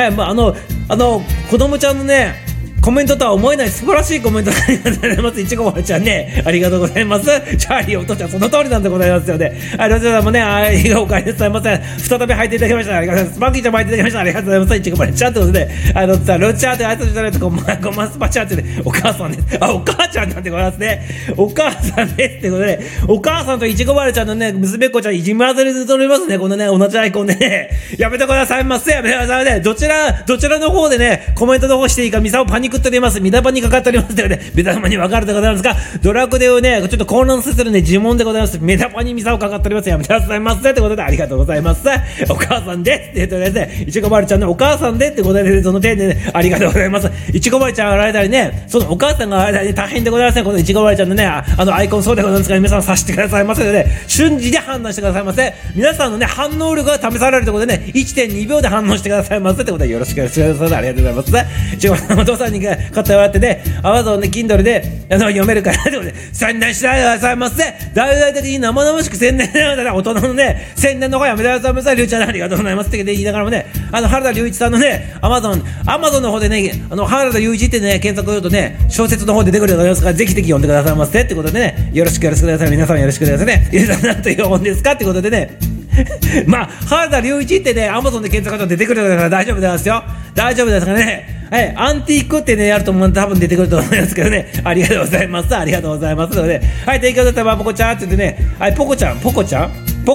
子供ちゃんのね、コメントとは思えない素晴らしいコメントありがとうございます。いちご丸ちゃんね、ありがとうございます。チャーリーお父ちゃん、その通りなんでございますよね。はい、ロジャーさんもね、笑顔かえございません。再び入っていただきました。ありがとうございます。マッキーちゃんも入っていただきました。ありがとうございます。いちご丸ちゃんってことで、ロチャーって挨拶してないと、ごまんスパチャーってね、お母さんです。お母ちゃんなんてございますね。お母さんですってことで、お母さんといちご丸ちゃんのね、娘っ子ちゃんいじめられておりますね。このね、同じアイコンでね、やめてくださいませ。やめてくださいませ。どちらの方でね、コメントの方していいか、ミサをパニックっております。ミダパにかかっておりますので、皆様に分かるでございますが、ドラクエをね、ちょっと混乱させるね、呪文でございます。メダパにミサをかかっております。やめてくださいませってことで、ありがとうございます。お母さんですって言ってですね、いちご丸ちゃんのお母さんでってことで、その点でね、ありがとうございます。いちご丸ちゃんが間にね、そのお母さんが間に大変でございますね。このいちご丸ちゃんのね、アイコンそうでございますから、皆さん察してくださいませので、瞬時で判断してくださいませ。皆さんのね、反応力が試されるということでね、1.2 秒で反応してくださいませってことで、よろしくお願いします。ありがとうございます。いちご丸さんお父さんに買ってもらってね、Amazon で Kindle で読めるからってことで宣伝してくださいませ。大々的に生々しく宣伝してください。大人のね宣伝の方やめてくださいませ。りゅうちゃんありがとうございますって言いながらもね、原田龍一さんのね Amazon の方でね、原田龍一ってね検索するとね小説の方で出てくるでございますから、ぜひぜひ読んでくださいませってことでね、よろしくください。皆さんよろしくくださいね。ゆうさんなんという本ですかってことでねまあ原田龍一ってね Amazon で検索すると出てくるから大丈夫ですよ。大丈夫ですからね。はい、アンティークってねやると多分出てくると思いますけどね、ありがとうございます。ありがとうございますので、はい、提供だったらポコちゃんって言ってね、はい、ポコちゃんはい、ポコちゃ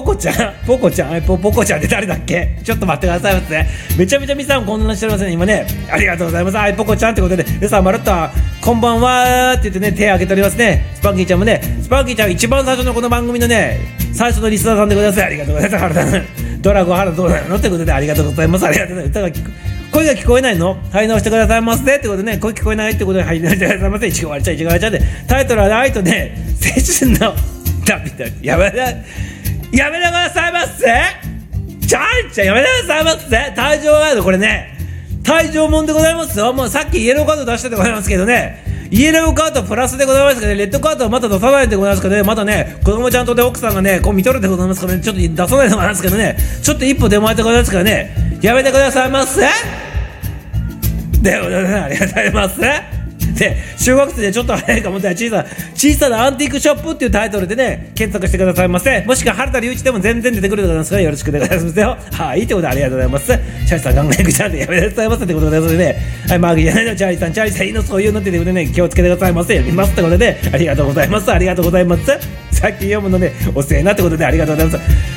んって誰だっけ、ちょっと待ってくださいませ。めちゃめちゃ皆さんこんなしてますね今ね。ありがとうございます。はい、ポコちゃんってことで、皆さんまるっとこんばんはーって言ってね手を挙げておりますね。スパンキーちゃんもね、スパンキーちゃん一番最初のこの番組のね最初のリスナーさんでございます。ありがとうございます。原田ドラゴン原田どうなのってことで、ありがとうございます。ありがとうございます。声が聞こえないの？はい、直してくださいませってことでね、声聞こえないってことで、はい、直してくださいませ。いちご割りちゃんで、タイトルは愛とね、青春の涙。やめてくださいませ。ちゃんやめてくださいませ。退場ガイドこれね、退場もんでございますよ。もうさっきイエローカード出したでございますけどね、イエローカードプラスでございますけどね、レッドカードはまだ出さないでございますけどね、まだね、子供ちゃんとね、奥さんがね、こう見とるでございますからね、ちょっと出さないでございますけどね、ちょっと一歩出前でございますからね、やめてくださいませ。でございます。ありがとうございます。 で小学生でちょっと早いかもって小さなアンティークショップっていうタイトルでね検索してくださいませ。もしくは原田龍一でも全然出てくると思いますからよろしくお願いしますよ。はい、ということでありがとうございます。チャーリーさん考えくちゃんでやめてくださいませということでございますので、はい、マーギーじゃないのチャーリーさんいいのそういうのっていうことでね気をつけてくださいませ。読みますってことでありがとうございます。ありがとうございます。さっき読むのね遅えなってことでありがとうございます。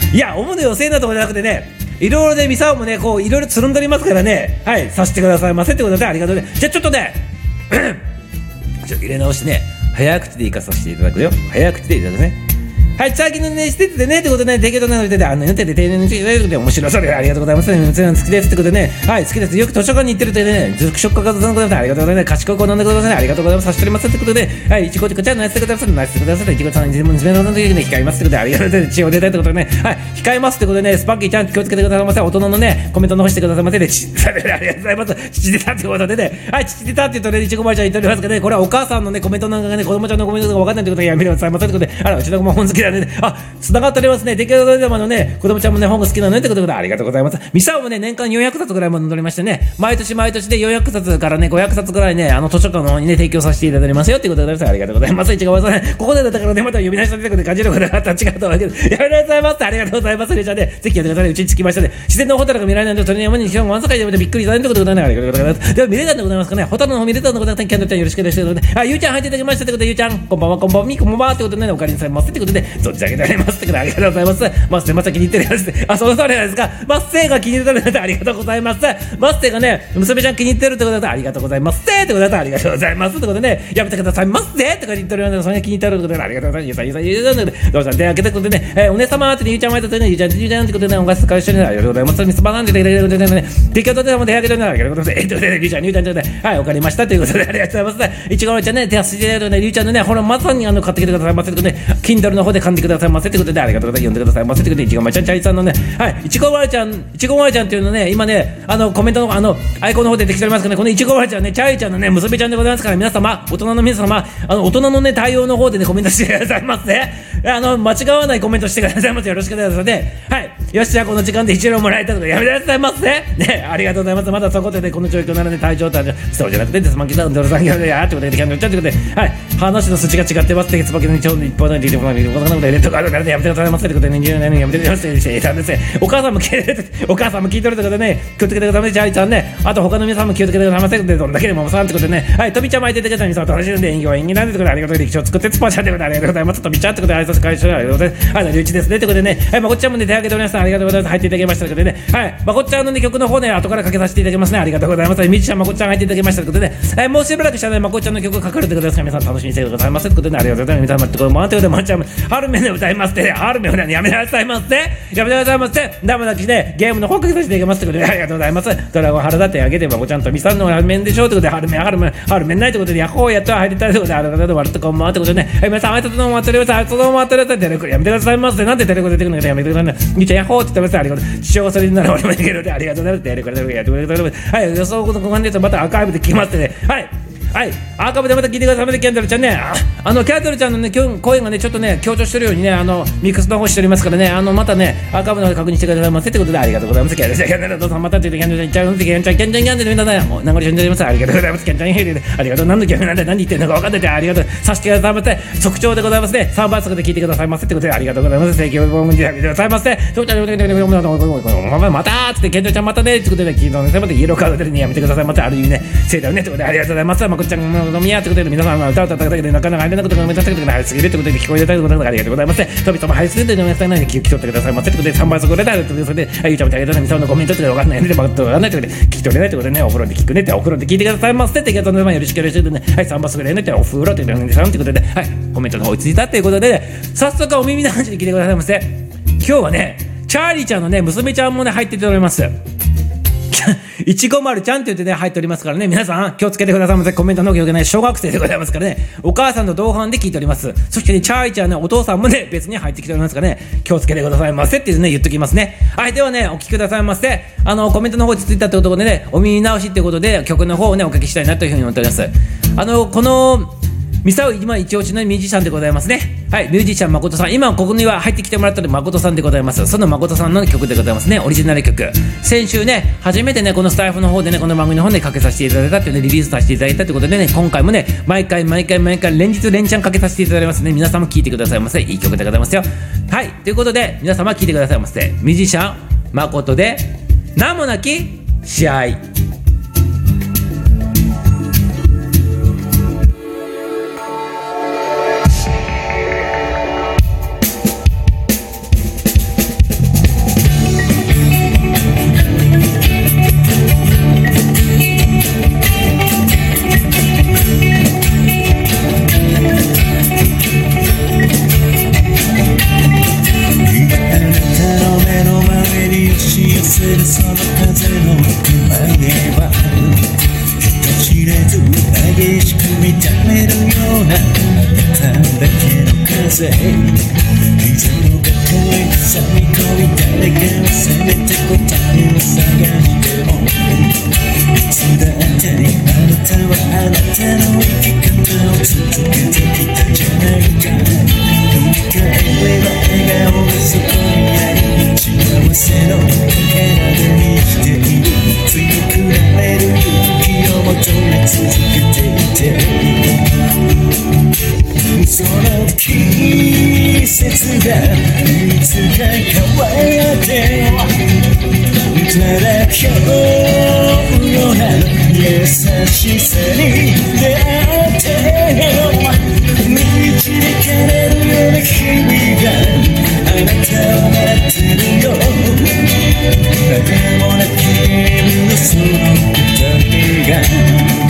いや思うの遅えなとこじゃなくてねいろいろねミサオもねこういろいろつるんでおりますからねはいさせてくださいませってことでありがとうね。じゃあちょっとね入れ直してね早口でいかさせていただくよ。早口でいただくね。はい、最近のね、施設でね、ってことでね、提供となので、言ってて、丁寧にしていただいて、面白そうで、ありがとうございます。好きですってことでね、はい、好きです。よく図書館に行ってるってね、読書家のことで、ありがとうございます。賢い子飲んでください。ありがとうございます。させておりますってことで、はい、いちごちゃん、ナイスでください。ナイスでください。いちごちゃん、自分の娘の時に控えますってことで、ありがとうございます。血を出たいってことでね、はい、控えますってことでね、スパッキーちゃん、気をつけてくださいませ。大人のね、コメント残してくださいませ。で、ありがとうございます。父出たってことでね、はい、父出たって言うとね、いちごばあちゃん言っておりますけどね、これはお母さんのね、コメントなんかがね、子供ちゃんのコメントが分かんないってことで、やめてくださいませってことで、うちの子も本好きだね。繋がっておりますね。出来上がり玉のね、子供ちゃんもね、本が好きなのねってことで、ありがとうございます。ミサオもね、年間400冊ぐらいも載りましてね、毎年で400冊からね、500冊ぐらいね、図書館の方にね、提供させていただきますよっていうことでございます。ありがとうございます。一番さん、ここでだったからね、また呼び出したってことで感じることがあったら違うと思うけど、やめてくださいませ。ありがとうございます。じゃあね、ぜひやってください。うちに着きましたね。自然のホタルが見られないので、鳥の山に満足でびっくりされるってことでございます。ありがとうございます。では見れたんでございますかね。ホタルの方見れたんでございます。キャンドルちゃんよろしくお願いします。ゆうちゃん入っていただきましたってことで、ゆうちゃん、こんばんは、こんばんは、みこんばんはってことでね、お借りなさいませってことで、存じ上げておりますってことで、ありがとうございます。また気に入ってるやつで、そうじゃないですか。マッセイが気に入ってるのでありがとうございます。マッセイがね、娘ちゃん気に入ってるってことでありがとうございます。ってことでありがとうございますってことでね、やめてくださいませって言ってるので、それが気に入ってるってことでありがとうございます。ゆうさん、どうぞ手開けてくことでね、お姉様ってゆうちゃんもやってね、ゆうちゃんってことでね、お菓子使う人にありがとうございます。ミスバナンで手開けてね、提供とでも手開けてね、ありがとうございます。ゆうちゃんってことで、はい、わかりましたということでありがとうございます。いちごのちゃんね、手足でね、ゆうちゃんのね、ほら、まさに買ってきてくださいませってことで、Kindle の方で買ってくださいませってことでありがとうございます。読んでくださいませってことで、いちごまちゃん、チャリさんのね、はい、いちごまるちゃんっていうのね、今ね、コメントのアイコンの方で出てきておりますけどね、このいちごまるちゃんね、チャリちゃんのね、娘ちゃんでございますから、皆様、大人の皆様、大人のね、対応の方でね、コメントしてくださいませ。間違わないコメントしてくださいませ。よろしくお願いしますね。はい。よし、じゃあこの時間で一郎もらえたのでやめてくださいませ。ね、ありがとうございます。まだそこでね、この状況なので、体調とそうじゃなくて、スマキさん、ドルさん、やーってことで、キャンドルちゃんってことで、はい。話の筋が違ってますって、スパキのちょうど一方で、こんなことで、とかあるからね、やめてくださいませってことで、20年やめてくださいませ。お母さんも聞いてるってことでね、気をつけてくださいませ。チャーリーちゃんね、あと他の皆さんも気をつけてくださいませ。どんだけでもさんってことでね、はい、とびちゃんも相手でください。皆さん楽しんで演技は演技なんでってことでありがとうございます。歴史を作ってスパチャってことでありがとうございます。とびちゃんってことで挨拶会社でありがとうございます。はい、龍一ですねってことでね、はい、まこっちゃんもね、手挙げております。ありがとうございます。入っていただきましたということでね、はい、まこっちゃんのね、曲の方ね、後からかけさせていただきますね。ありがとうございます。みちちゃん、まこっちゃん入っていただきましたということで、もうしばらくしたらね、まこっちゃんの曲がかかるということですから、皆さん楽しみにしてくださいませということで、ありがとうございます。皆様ってことで、回ってくださいませ。ハルメで歌いますって、ハルメをね、やめなさいませ。やめてくださいませ。ダメだきで、ゲームの方かけさせていただきますということで、ありがとうございます。ドラゴン原だってあげて、まこちゃんとみさんのハルメンでしょということで、ハルメンないということで、ヤッホーやったら入りたいということで、ありがとうございます。割るとこんばんはということでね、皆さん、あいつのも待っております。あいつのも待っております。テレコやめてくださいませ。なんでテレコ出てくるのかやめてくださいね。みちゃん、ヤッホーって言ってます。ありがとう。父親がそれになら俺もいけるので、ありがとうございます。テレコやってくれてます。はい、予想のご飯ですまたアーカイブで聞きますね。はい。はい、アーカイブでまた聞いてくださいませ。キャンドルちゃんね、キャンドルちゃんのね、声がね、ちょっとね、強調してるようにね、ミックスの方しておりますからね、またね、アーカイブの方で確認してくださいませってことで、ありがとうございます。キャンドルちゃん、キャンドルさん、またって言って、キャンドルちゃん、キャンドルちゃん、キャンドルちゃん、キャンドルみんなね、もう、名残惜んでおります。ありがとうございます。キャンドルちゃん、ありがとう。何のキャンドルなんで何言ってんのか分かんないで、ありがとう。させてくださいませ。即調でございますね。3倍速で聞いてくださいませってことで、ありがとうございます。請求本文で見てくださいませ。またーって、キャンドルちゃん、またねってことで、聞いてくださいませ。イエローカードでね、やめてくださいませ。ある意味ね、せいだよねってことで、ありがとうございます。まこっちゃんの飲み屋ってことで、皆さんは歌うただけでなかなか入れなくてもめちゃくちゃ入りすぎるってことで聞こえたいことでありがとうございます。飛び飛ば入りすぎるという皆さんに聞き取ってくださいませってことで3倍速でだということで、ゆうちゃんもありがとう皆さんのコメントとか分かんないので、分かんないということで聞き取れないということでね、お風呂で聞くねってお風呂で聞いてくださいませって言うとよろしくお願いしますね。はい、3倍速でねってお風呂ということで、ということで、はい、コメントの方追いついたということで、ね、早速お耳の話に聞いてくださいませ。今日はね、チャーリーちゃんのね、娘ちゃんもね、入ってております。いちごまるちゃんって言ってね入っておりますからね、皆さん気をつけてくださいませ。コメントの気をつけない小学生でございますからね、お母さんの同伴で聞いております。そしてね、チャーリーちゃんね、お父さんもね別に入ってきておりますからね、気をつけてくださいませってね言っときますね。はい、ではねお聞きくださいませ。コメントの方についたということでね、お耳直しっていうことで曲の方をねお書きしたいなというふうに思っております。このミサオ今一押しのミュージシャンでございますね。はい、ミュージシャン誠さん、今ここには入ってきてもらったの誠さんでございます。その誠さんの曲でございますね。オリジナル曲、先週ね初めてねこのスタイフの方でねこの番組の方でかけさせていただいたっていうねリリースさせていただいたということでね、今回もね毎回連日連チャンかけさせていただきますね。皆様聴いてくださいませ。いい曲でございますよ。はい、ということで皆様聴いてくださいませ。ミュージシャン誠で名もなき試合。 その風の今では人知れず激しく見た目るようなただけの風、膝の中に挟み込み誰かを責めて答えを探してもいつだってあなたはあなたの生き方を続けてきたじゃないか。振り返れば笑顔がそこにあり幸せのかけらで満ちている。強くなれる勇気を求め続けていて、その季節がいつか変わってただ今日のな優しさに出会って導かれるような日々があなたを待ってるよ。名もなきゲームのその二人が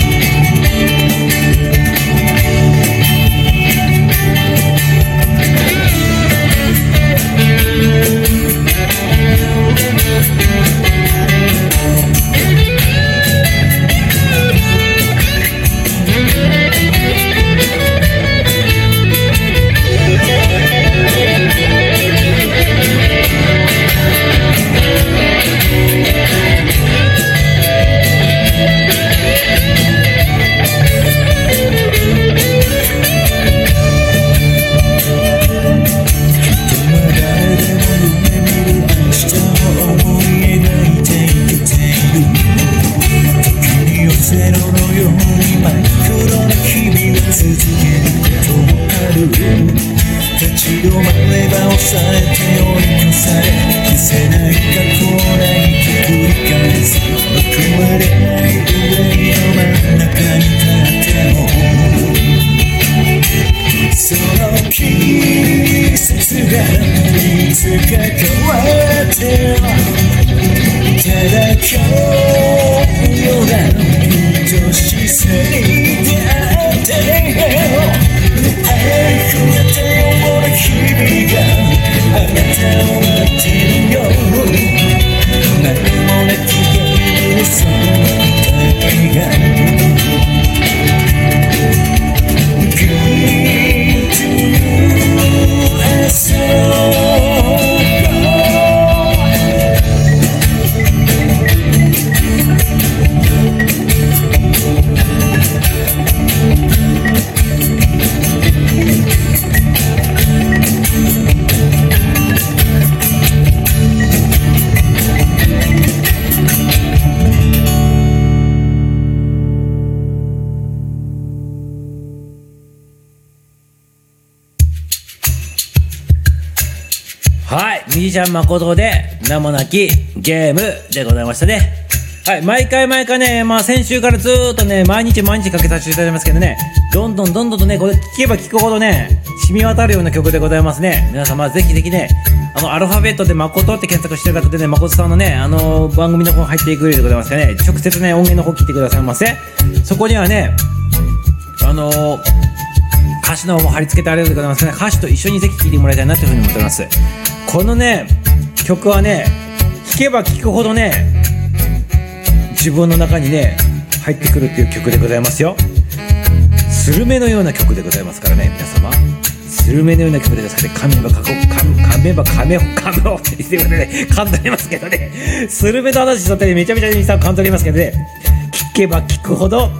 はい、ミュージシャン誠で名もなきゲームでございましたね。はい、毎回ね、先週からずーっとね、毎日かけさせていただいてますけどね、どんどんとね、これ聴けば聴くほどね、染み渡るような曲でございますね。皆様ぜひね、アルファベットで誠って検索していただくとね、誠さんのね、番組の方入っていくでございますからね、直接ね、音源の方聞いてくださいませ。そこにはね、歌詞の方も貼り付けてあるでございますね。歌詞と一緒にぜひ聴いてもらいたいなというふうに思っております。このね、曲はね、聴けば聴くほどね、自分の中にね入ってくるっていう曲でございますよ。スルメのような曲でございますからね、皆様。スルメのような曲でですからね、噛めば噛めをって言ってくれね、噛んでおりますけどね、スルメの話しとったりめちゃめちゃ皆さん噛んでおりますけどね、聞けば聞くほど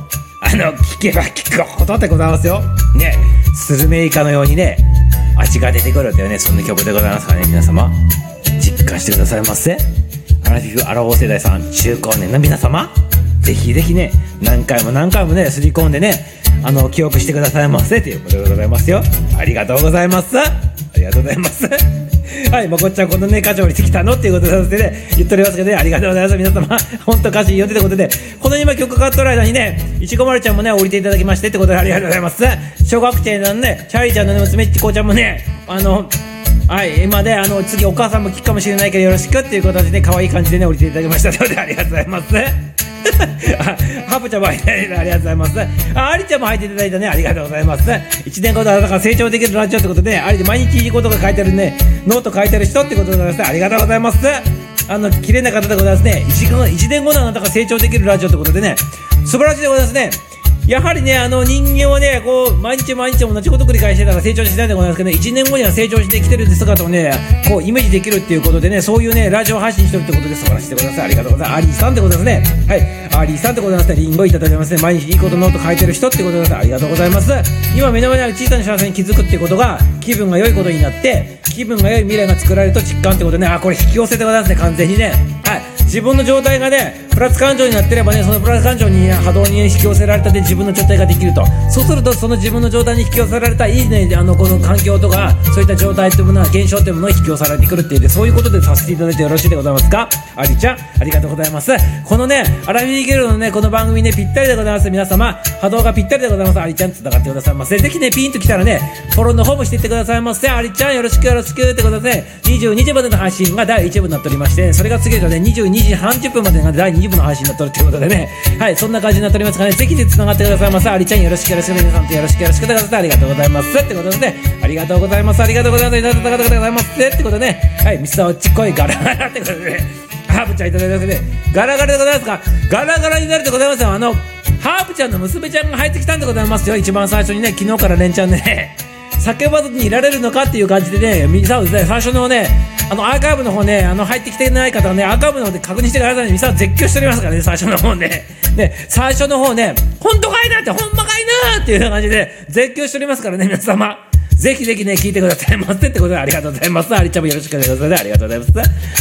聞けば聞くほどでございますよね。スルメイカのようにね味が出てくるというね、そんな曲でございますからね、皆様実感してくださいませ。アラフィフアラフォー世代さん、中高年の皆様、ぜひぜひね何回も何回もねすり込んでね記憶してくださいませということでございますよ。ありがとうございます。ありがとうございますはい、まこっちゃんこのね歌詞降りてきたのっていうことでね言っておりますけどね、ありがとうございます。皆様本当歌詞読んでということで、この今曲かかってる間にねいちごまるちゃんもね降りていただきましてってことでありがとうございます。小学生のねチャーリーちゃんのね娘っちこちゃんもねはい、今ね次お母さんも聞くかもしれないけどよろしくっていうことでね可愛い感じでね降りていただきましたのでありがとうございますハブちゃんも入っていただいてありがとうございます。アリちゃんも入っていただいたね、ありがとうございます。1年後だから成長できるラジオってことで、アリで毎日いいことが書いてるねノート書いてる人ってことでございます。ありがとうございます。綺麗な方でございますね。1年後のあなたが成長できるラジオってことでね、素晴らしいでございますね。やはりね人間はねこう毎日毎日同じこと繰り返してたら成長しないんでございますけどね、1年後には成長してきてるって姿をねこうイメージできるっていうことでね、そういうねラジオ配信してるってことで素晴らしいでございます。ありがとうございます。アリーさんでございますね。はい、アリーさんでございますね。リンゴいただいてますね。毎日いいことノート書いてる人ってことでございます。ありがとうございます。今目の前にある小さな幸せに気づくっていうことが気分が良いことになって気分が良い未来が作られると実感ってことでね、これ引き寄せでございますね、完全にね。はい、自分の状態がねプラス感情になってればね、そのプラス感情に波動に引き寄せられたで自分の状態ができると。そうするとその自分の状態に引き寄せられたいいねこの環境とかそういった状態というものは現象というものを引き寄せられてくるっていうで、そういうことでさせていただいてよろしいでございますか。アリちゃんありがとうございます。このねアラフィーゲルのねこの番組ねぴったりでございます。皆様波動がぴったりでございます。アリちゃんつながってくださいませ。ぜひねピンときたらねフォローの方もしていってくださいませ。アリちゃんよろしくよろしくってことでね、22時までの配信が第1部になっておりまして、それが次がね22時30分までが第2部の配信になっておるということでね、はい、そんな感じになっておりますからね、ぜひぜひつながってくださいませ。アリちゃんよろしくよろしく、皆さんとよろしくよろしくってことでありがとうございますってことでね、ありがとうございます、ありがとうございます、ありがとうございますってことでね、はい、ミスターおっちっこいガラガラってことでね、ハーブちゃんいただいてますね、ガラガラでございますか。ガラガラになるでございますよ。ハーブちゃんの娘ちゃんが入ってきたんでございますよ。一番最初にね、昨日から連チャンでね叫ばずにいられるのかっていう感じでね、最初のねアーカイブの方ね入ってきてない方はねアーカイブの方で確認してくださいね。ミサは絶叫しておりますからね、最初の方ね最初の方ね本当かいなってほんまかいなっていう感じで絶叫しておりますからね、皆様ぜひぜひね聞いてくださいませってことでありがとうございます。アリちゃんもよろしくお願いします。ありがとうございます。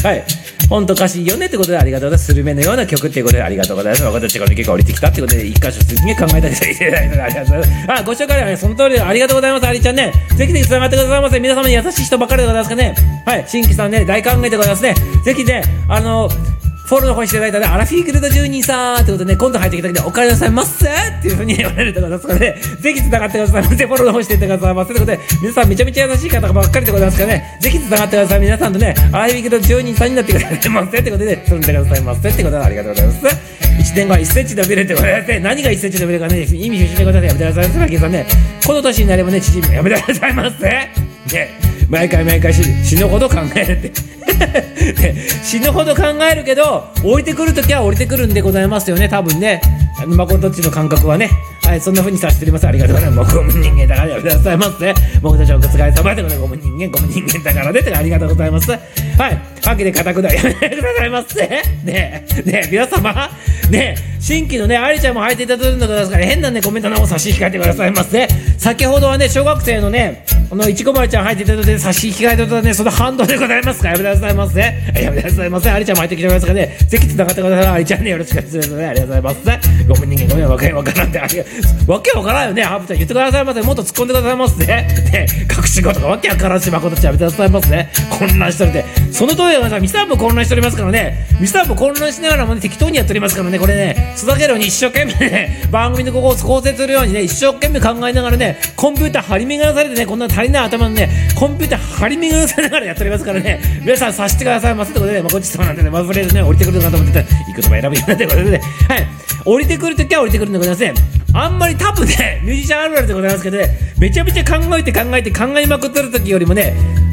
はい、本当歌詞いいよねってことでありがとうございます。スルメのような曲っていうことでありがとうございます。私が結構降りてきたってことで一箇所すげえ考えたりしていただいてありがとうございます。ご紹介はねその通りでありがとうございます。アリちゃんねぜひぜひ繋がってくださいませ。皆様に優しい人ばっかりでございますからね。はい、新規さんね大歓迎でございますね。ぜひねフォローの方にしていただいたね、アラフィーグルード住人さーってことでね、今度入ってきた時にお帰りなさいませっていう風に言われるところですからね、ぜひ繋がってくださいませ。フォローの方していってくださいませということで、皆さんめちゃめちゃ優しい方ばっかりでございますからね、ぜひ繋がってください。皆さんとね、アラフィーグルード住人さんになってくださいませってことで、住んでくださいませってことでありがとうございます。1年後は1センチ伸びるってことで、何が1センチ伸びるかね、意味不明でことでやめてくださいませ。マキさんね、この年になればね、縮みやめてくださいませ。ね、毎回死ぬほど考えるってで死ぬほど考えるけど降りてくるときは降りてくるんでございますよね、多分ね。まこどっちの感覚はね、はい、そんな風にさせております。ありがとうございます。ゴム人間だからやめてくださいませ。僕たちはお疲れ様でございます。ゴム人間だからねってありがとうございます。はい、わけで固くだやめてくださいませ。ね皆様ね、新規のねアリちゃんも入っていただくんでございますから、変なねコメントの方を差し控えてくださいませ。先ほどはね小学生のねいちこまるちゃん入っていただいて差し控えていただいてね、その反動でございますからやめてくださいませ。やめてくださいませ。アリちゃんも入ってきておりますからね、ぜひ繋がってください。アリちゃんねよろしくお願いしますね。ありがとうございます。ごめん人間ごめんわけわからんってわけわからんよね。ハーブちゃん言ってくださいませ。もっと突っ込んでくださいませね。隠し事がわけわからんし、まことちゃんやめてくださいませね。混乱しておいてその通りでございます。ミスターも混乱しておりますからね。ミスターも混乱しながらもね適当にやっておりますからね。これね育てるように一生懸命ね番組のここを構成するようにね一生懸命考えながらねコンピューター張り巡らされてね、こんな足りない頭のねコンピューター張り巡らされながらやっておりますからね、皆さん察してくださいませってことでね、ごちそうなんでねマフレーズね降りてくるのかと思ってたらいい言葉選ぶよねってことでね、はい、降りてくるときは降りてくるんでございません。あんまり多分ねミュージシャンあるあるでございますけどね、めちゃめちゃ考えまくってるときよりもね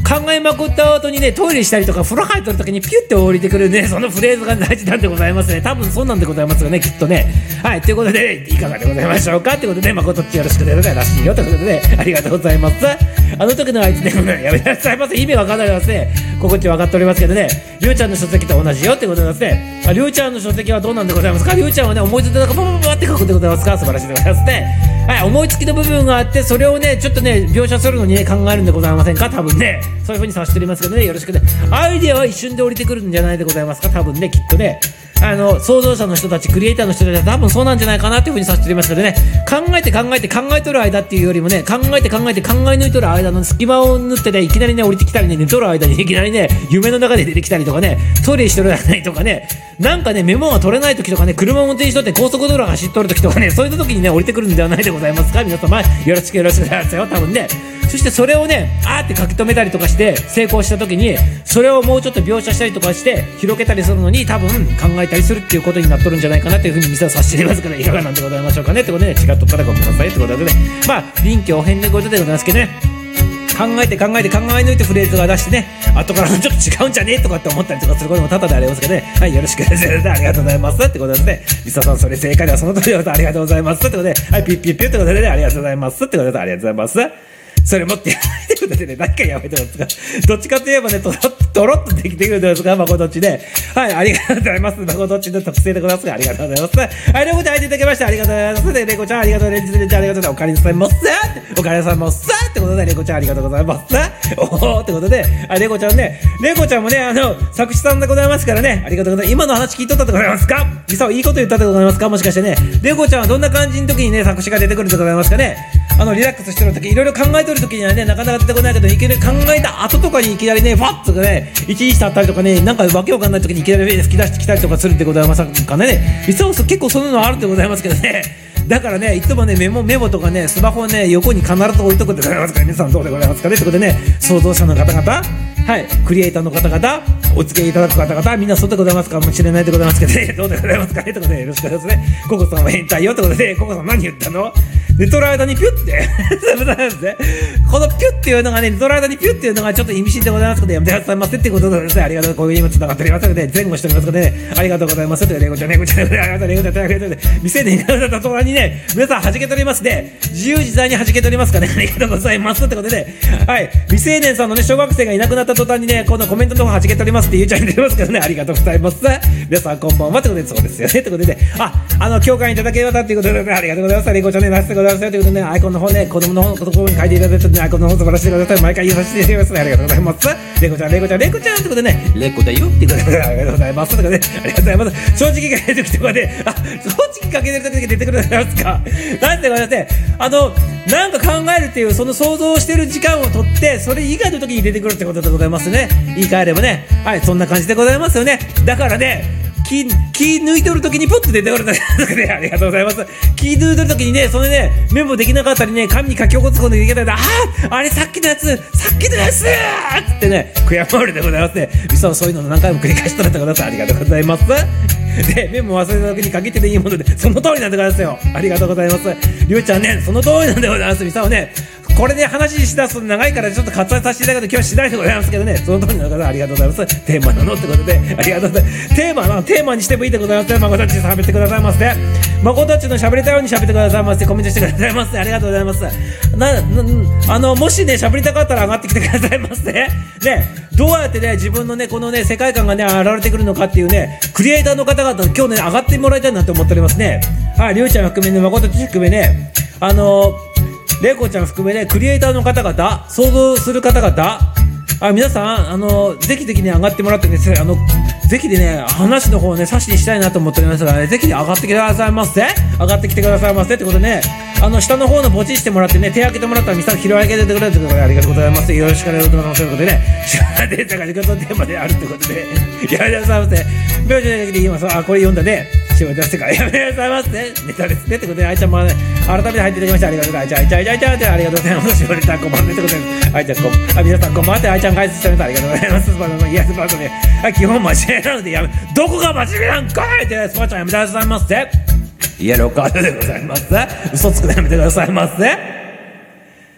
考えまくった後にね、トイレしたりとか風呂入ってる時にピュッて降りてくるね、そのフレーズが大事なんでございますね。多分そうなんでございますよね、きっとね。はい、ということでいかがでございましょうかということで、誠っちよろしくお願いらしいよということで、ありがとうございます。あの時のあいつね、やめなさいませ。意味わかんないですね。心地分かっておりますけどね、りゅうちゃんの書籍と同じよってことですね。りゅうちゃんの書籍はどうなんでございますか。りゅうちゃんはね、思いついたのがババババって書くでございますか。素晴らしいでございますね。はい、思いつきの部分があって、それをね、ちょっとね、描写するのにね、考えるんでございませんか。多分ね、そういう風にさせておりますけどね、よろしくね。アイデアは一瞬で降りてくるんじゃないでございますか。多分ね、きっとね、創造者の人たち、クリエイターの人たちは多分そうなんじゃないかなっていう風にさせておりますけどね、考えてとる間っていうよりもね、考え抜いとる間の隙間を縫ってね、いきなりね、降りてきたりね、寝とる間にいきなりね、夢の中で出てきたりとかね、トイレしてる間にとかね、なんかね、メモが取れない時とかね、車を運転しとって高速道路が走っとる時とかね、そういった時にね、降りてくるんではないでございますか。皆様、よろしくお願いしますよ、多分ね。そしてそれをね、って書き留めたりとかして成功した時に、それをもうちょっと描写したりとかして広げたりするのに多分考えたりするっていうことになっとるんじゃないかなというふうに見せさせていますから、いかがなんでございましょうかねってことで、ね、違っとったらごめんなさいってことでね、まあ臨機応変でことでございますけどね、考え抜いてフレーズが出してね、後からちょっと違うんじゃねえとかって思ったりとかすることも多々でありますけどね。はい、よろしくお願いします。ありがとうございますってことですね。ミサさん、それ正解ではその通りでございます。ありがとうございますってことで、はい、ピッピッピッってことでね、ありがとうございますってことで、ありがとうございます。それ持ってやらないということでね、何かやめてますか。どっちかといえばね、とろっとできてくるんですが、まこどっちで。はい、ありがとうございます。まこどっちの特性でございますが、ありがとうございます。はい、レコちゃん入っていただきまして、ありがとうございます。で、レコちゃんありがとう、レンジちゃんありがとう、おかえりなさいませ。おかえりなさいませ。ってことで、レコちゃんありがとうございます。おーってことで、レコちゃんね、レコちゃんもね、作詞さんでございますからね、ありがとうございます。今の話聞いとったでございますか。ミサはいいこと言ったでございますか。もしかしてね、レコちゃんはどんな感じの時にね、作詞が出てくるでございますかね。リラックスしてる時、いろいろ考えてる時にはね、なかなか出てこないけど、いきなり考えた後とかにいきなりね、ファッとかね、一日経ったりとかね、なんかわけわかんない時にいきなり吹き出してきたりとかするでございますかね。実は結構そういうのあるでございますけどね。だからね、いつもね、メモとかね、スマホをね、横に必ず置いとくでございますから、皆さんどうでございますかね。ということでね、創造者の方々、はい、クリエイターの方々、お付き合いいただく方々、みんなそうでございますかもしれないでございますけどね、どうでございますかね。ということで、よろしくお願いしますね。ココさんは変態よ。ということで、ココさん何言ったの。寝とる間にピュッてそうなんですね。このピュッっていうのがね、寝とる間にピュッっていうのがちょっと意味深でございますので、やめてくださいませってことでですね、ありがとう。こういう今つながっておりますので、前後しておりますのでね、ありがとうございますという、レコちゃん、ありがとう、ありがとう、ありがとう、ありがとう。未成年になった途端にね、皆さん弾けておりますね。自由自在に弾けておりますからね、ありがとうございますってことでね、はい、未成年さんのね、小学生がいなくなった途端にね、このコメントの方弾けておりますって言うちゃんに出ますからね、ありがとうございます。皆さんこんばんはってことで、そうですよねってことで、共感いただけようだっていうことで、ね、ありがとうございます。レコちゃんね、ナイスでございますよということでね、アイコンの方ね、子供の方のところに書いていただいてね、アイコンの方素晴らしいでございます。毎回言わせていただきますね、ありがとうございます。レコちゃんってことでね、レコだよっていうことで、ありがとうございますってことで、ありがとうございます。正直かけてる時とかで、正直かけてる時だけ出てくるじゃないですか。なんでございまして、なんか考えるっていう、その想像してる時間をとって、それ以外の時に出てくるってことでございますね。言い換えればね、はい、そんな感じでございますよね。だからね、気抜いてる時にポッと出てくるんだね。ありがとうございます。気抜いてる時にね、それね、メモできなかったりね、紙に書き起こすことができなかったら、あれさっきのやつってね、悔やまれるでございますね。実はそういうの何回も繰り返しとられてください。ありがとうございます。で、メモ忘れた時に限ってでいいもので、その通りなんでございますよ。ありがとうございます。りゅうちゃんね、その通りなんでございます。ミサをね、これで話しだすと長いからちょっと割愛させていただくと今日しないでございますけどね、その通りの方ありがとうございます。テーマなのってことで、ありがとうございます。テーマにしてもいいでございますね。まこたち喋ってくださいませ。まこたちの喋りたいように喋ってくださいませ。コメントしてくださいませ。ありがとうございます。もしね、喋りたかったら上がってきてくださいませ。ね、どうやってね、自分のね、このね、世界観がね、現れてくるのかっていうね、クリエイターの方々、今日ね、上がってもらいたいなって思っておりますね。はい、りゅうちゃん含めね、まこたち含めね、レイコちゃん含めね、クリエイターの方々、想像する方々、皆さん、ぜひね、上がってもらってね、ぜひでね、話の方をね、差しにしたいなと思っておりますからね、ぜひ上がってきてくださいませ。上がってきてくださいませってことでね、下の方のポチしてもらってね、手開けてもらったら、ミサ拾い上げてくれるってことで、ありがとうございます。よろしくお願いしますということでね、手話データが仕事のテーマであるってことで、やめてくださいませ。名字だけで言います。これ読んだね、手話出してからやめてくださいませ。ネタですねってことで、あいちゃんもね、改めて入っていただきまして、ありがとうございます。あいちゃんってありがとうございます。手話ネタこんばんねってことで、あいちゃん皆さんこんばんはって、あいちゃん解説してくれてありがとうございます。いや、スパートね、基本真面目なのでどこが真面目なんかいって、スパーちゃんやめてくださいませ。イエローカードでございます。嘘つくのやめてくださいませ。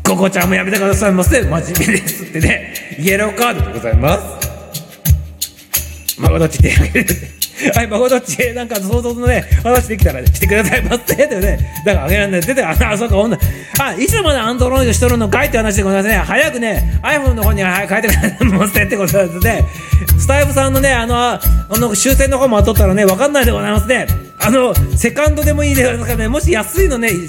ココちゃんもやめてくださいませ、真面目ですってね、イエローカードでございます。まこどっち手挙げてはい、まこどっちなんか想像のね話できたら、ね、してくださいませってね、だからあげられない出て、そうか、いつまでアンドロイドしとるのかいって話でございますね。早くね iPhone の方に変えてくださいませってことですね。スタイフさんのね修正の方も当たったらね分かんないでございますね。セカンドでもいいですからね、もし安いのね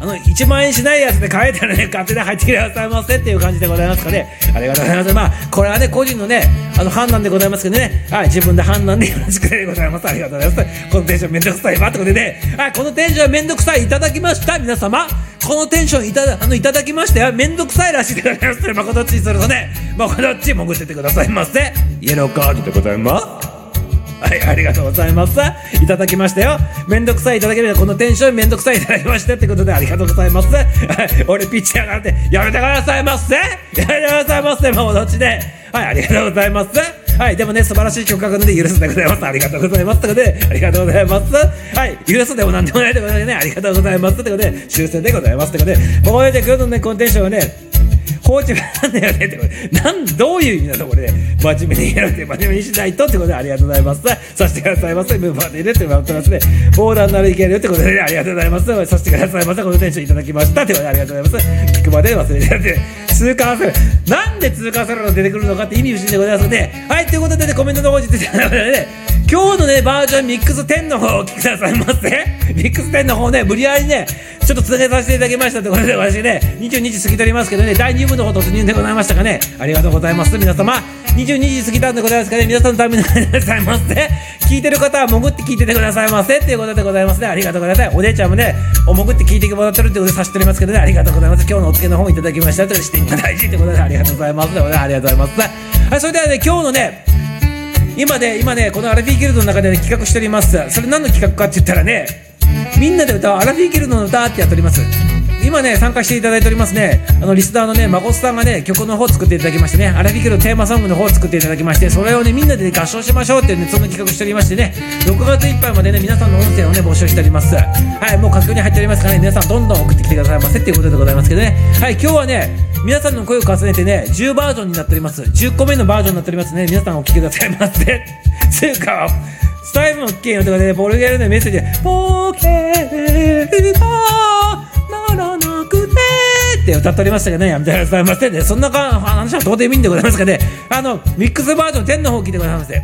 1万円しないやつで買えたらね勝手に入ってくださいませっていう感じでございますかね。ありがとうございます。まあこれはね個人のね判断でございますけどね、はい、自分で判断でよろしくでございます。ありがとうございます。このテンションめんどくさいわってことでね、はい、このテンションめんどくさいいただきました。皆様このテンションいただきましたよ。めんどくさいらしいでございます。まこどっちにするとね、まこどっち潜っててくださいませ。イエローカードでございます。はい、ありがとうございます。いただきましたよ。めんどくさいいただきました。このテンションめんどくさいいただきましたってことでありがとうございます。俺ピッチャーなんてやめてくださいませ。やめてくださいませ。もうどっちで、はい、ありがとうございます。はい、でもね素晴らしい曲書くので許すでございます。ありがとうございますということでありがとうございます。はい、許すでもなんでもないということでね、ありがとうございますということで修正でございますということで、もうね今日のねこのテンションはね放置なんだよねってことで、どういう意味なのこれね、真面目にやるって真面目にしないとってことでありがとうございます。させてくださいませ。ムーバーでいるって言ってますね。ボーダーならいけるってことで、ね、ありがとうございます。させてくださいませ。このテンションいただきましたってことでありがとうございます。聞くまで忘れてやって通過する、なんで通過するの出てくるのかって意味不思議でございますので、はい、ということで、ね、コメントの方に出てたのでね、今日のねバージョンミックス10の方をお聞きくださいませ。ミックス10の方ね無理やりねちょっと続けさせていただきましたということで、私ね22時過ぎておりますけどね、第2部の方突入でございましたかね。ありがとうございます。皆様22時過ぎたんでございますかね。皆さんのためにございますね。聞いてる方は潜って聞いててくださいませっていうことでございますね。ありがとうございます。お姉ちゃんもね潜って聞いてもらってるってことでさせておりますけどね、ありがとうございます。今日のお付けの方もいただきましたという視点が大事ってことでありがとうございます。ありがとうございます。はい、それではね今日のね今ねこのアラフィーギルドの中で、ね、企画しております。それ何の企画かって言ったらね、みんなで歌うアラフィーギルドの歌ってやっております。今ね参加していただいておりますねリスナーのねまこさんがね曲の方を作っていただきましてね、アラフィーギルドテーマソングの方を作っていただきまして、それをねみんなで、ね、合唱しましょうっていうねそんな企画しておりましてね、6月いっぱいまでね皆さんの音声をね募集しております。はい、もう佳境に入っておりますからね、皆さんどんどん送ってきてくださいませっていうことでございますけどね。はい、今日はね皆さんの声を重ねてね10バージョンになっております。10個目のバージョンになっておりますね。皆さんお聞きくださいませ。つうかスタイルの件のとかで、ね、ボルゲールのメッセージでボケーがならなくてって歌っておりましたけどね、やめてくださいませね。そんな話はどうでもいいんでございますかね。ミックスバージョン10の方を聞いてくださいませ。はい、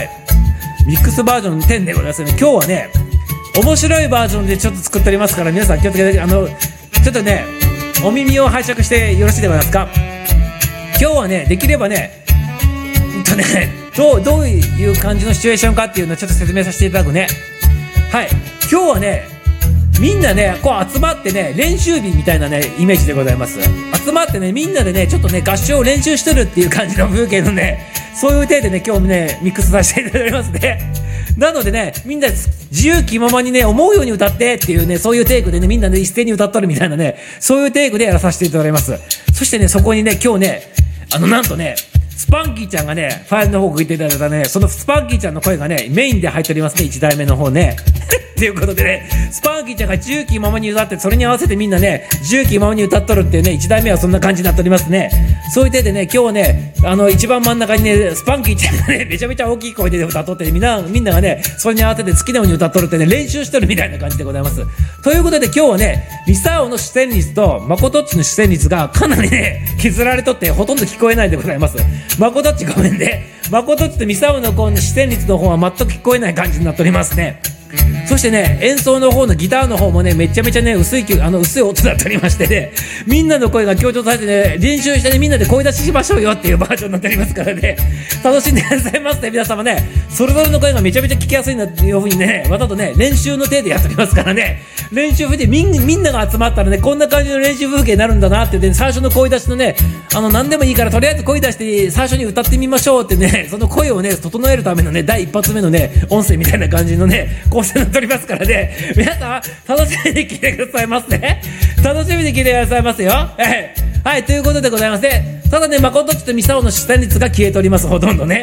ミックスバージョン10でございますね。今日はね面白いバージョンでちょっと作っておりますから皆さん気をつけてちょっとねお耳を拝借してよろしいでございますか。今日はねできればねどういう感じのシチュエーションかっていうのをちょっと説明させていただくね。はい、今日はねみんなねこう集まってね練習日みたいなねイメージでございます。集まってねみんなでねちょっとね合唱を練習してるっていう感じの風景のねそういう体でね今日ねミックスさせていただいておりますね。なのでねみんな自由気ままにね思うように歌ってっていうねそういうテイクでねみんなで一斉に歌っとるみたいなねそういうテイクでやらさせていただきます。そしてねそこにね今日ねなんとねスパンキーちゃんがねファイルの方を送っていただいたねそのスパンキーちゃんの声がねメインで入っておりますね、1台目の方ねということでねスパンキーちゃんが自由気ままに歌って、それに合わせてみんなね自由気ままに歌っとるっていうね1台目はそんな感じになっておりますね。そういう手でね今日はね一番真ん中にねスパンキーちゃんがねめちゃめちゃ大きい声で歌っとって、みんながねそれに合わせて好きなように歌っとるってね練習してるみたいな感じでございます。ということで今日はねミサオの出演率とマコトッチの出演率がかなりね削られとってほとんど聞こえないでございます。マコトッチごめんね、マコトッチとミサオの出演率の方は全く聞こえない感じになっておりますね。そしてね演奏の方のギターの方もねめちゃめちゃね薄い音だっておりましてね、みんなの声が強調されてね練習してねみんなで声出ししましょうよっていうバージョンになっておりますからね、楽しんでくださいませね。皆様ねそれぞれの声がめちゃめちゃ聞きやすいなっていう風にねわざとね練習の手でやっておりますからね、練習風景みんなが集まったらねこんな感じの練習風景になるんだなってね、最初の声出しのね何でもいいからとりあえず声出して最初に歌ってみましょうってね、その声をね整えるためのね第一発目のね音声みたいな感じのね構成になっておりますからね、皆さん楽しみに聞いてくださいませね。楽しみに聞いてくださいますよ。はい、ということでございまして、ただねマコトッチとミサオの出演率が消えております、ほとんどね。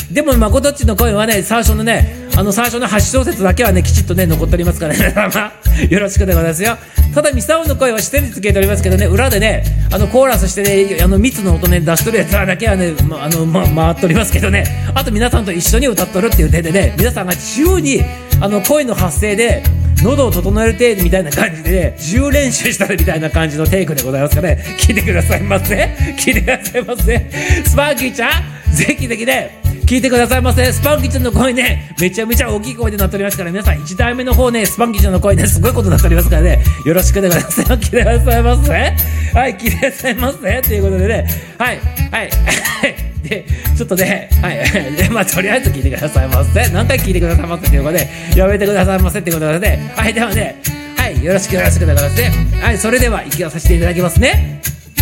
でも誠っちの声はね、最初のね、最初の8小節だけはね、きちっとね、残っておりますからね、皆様よろしくでございますよ。ただミサオの声はしてにつけておりますけどね、裏でね、コーラスしてね、密の音ね出しとるやつだけはね、回っておりますけどね、あと皆さんと一緒に歌っとるっていう点でね、皆さんが自由に声の発声で喉を整える程度みたいな感じで、ね、自由練習したみたいな感じのテイクでございますからね、聞いてくださいませ、聞いてくださいませ。スパンキーちゃん、ぜひぜひね、聞いてくださいませ。スパンキーちゃんの声ね、めちゃめちゃ大きい声でなっておりますから、皆さん1台目の方ね、スパンキーちゃんの声ね、すごいことになっておりますからね、よろしくでございます。聞いてくださいませ。はい、聞いてくださいませということでね、はいで、ちょっとね、で、とりあえず聞いてくださいませ。何回聞いてくださいませっていうことで、やめてくださいませっていうことでね、ではね、よろしくでございますね。それでは、息をさせていただきますね。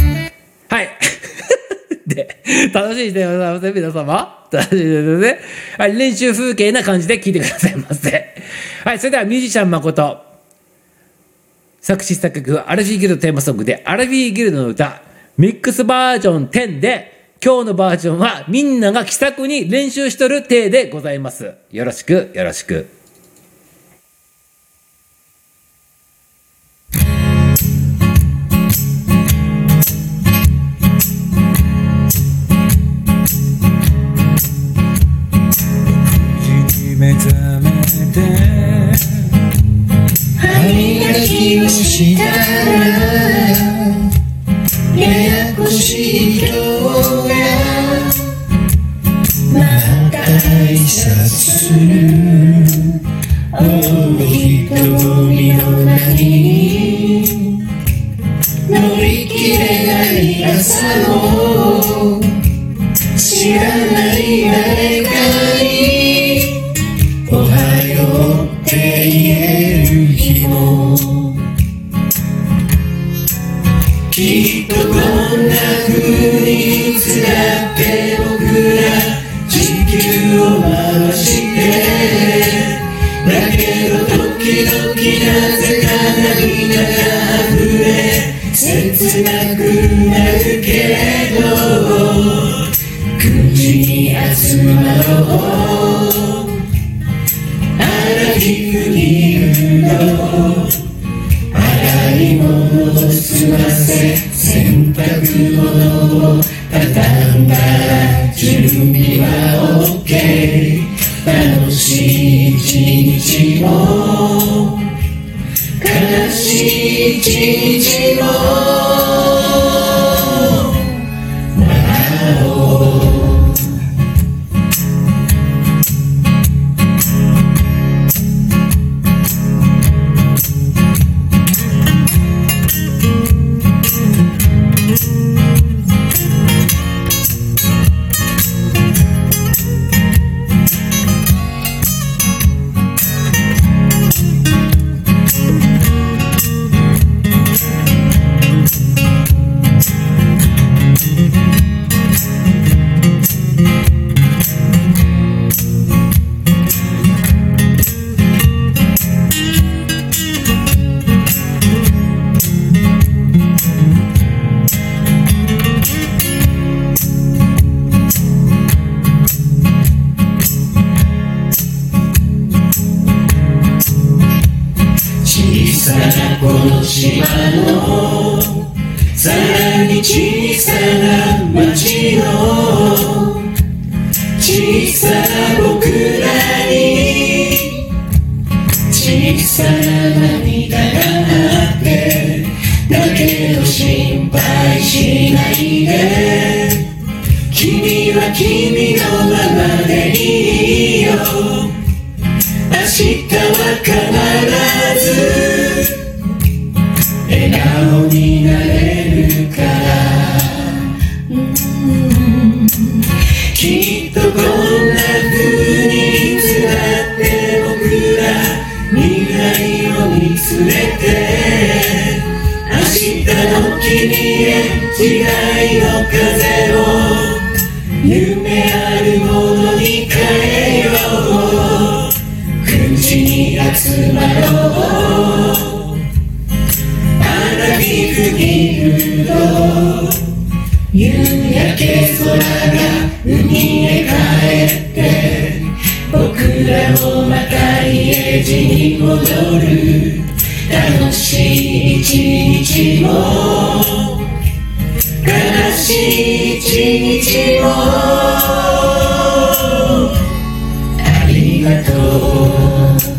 で、楽しいでございません、皆様。楽しいですね。練習風景な感じで聞いてくださいませ。それではミュージシャン誠。作詞作曲、アルフィーギルドテーマソングで、アルフィーギルドの歌、ミックスバージョン10で、今日のバージョンはみんなが気さくに練習しとる体でございます。よろしく、よろしく。 目覚めて歯磨きをしたらややこしい今日がまた挨拶する瞳の何乗り切れない朝を知らない誰かにおはようって言える日もきっとこんな風につらって僕ら地球を回してだけど時々なぜか涙が溢れ切なくなるけど9時に集まろう洗いふぎるの洗い物を済ませ洗濯物を畳んだら準備は OK 楽しい一日も悲しい一日も待おうこの島のさらに小さな町の小さな僕らに小さな涙があってだけど心配しないで君は君のままでいいよ明日は必ず笑顔になれるからきっとこんな風につらって僕ら未来を見つめて明日の君へ時代の風を夢あるものに変えよう9時に集まろうアラビフギルド夕焼け空が海へ帰ってに戻る楽しい一日も悲しい一日もありがとう。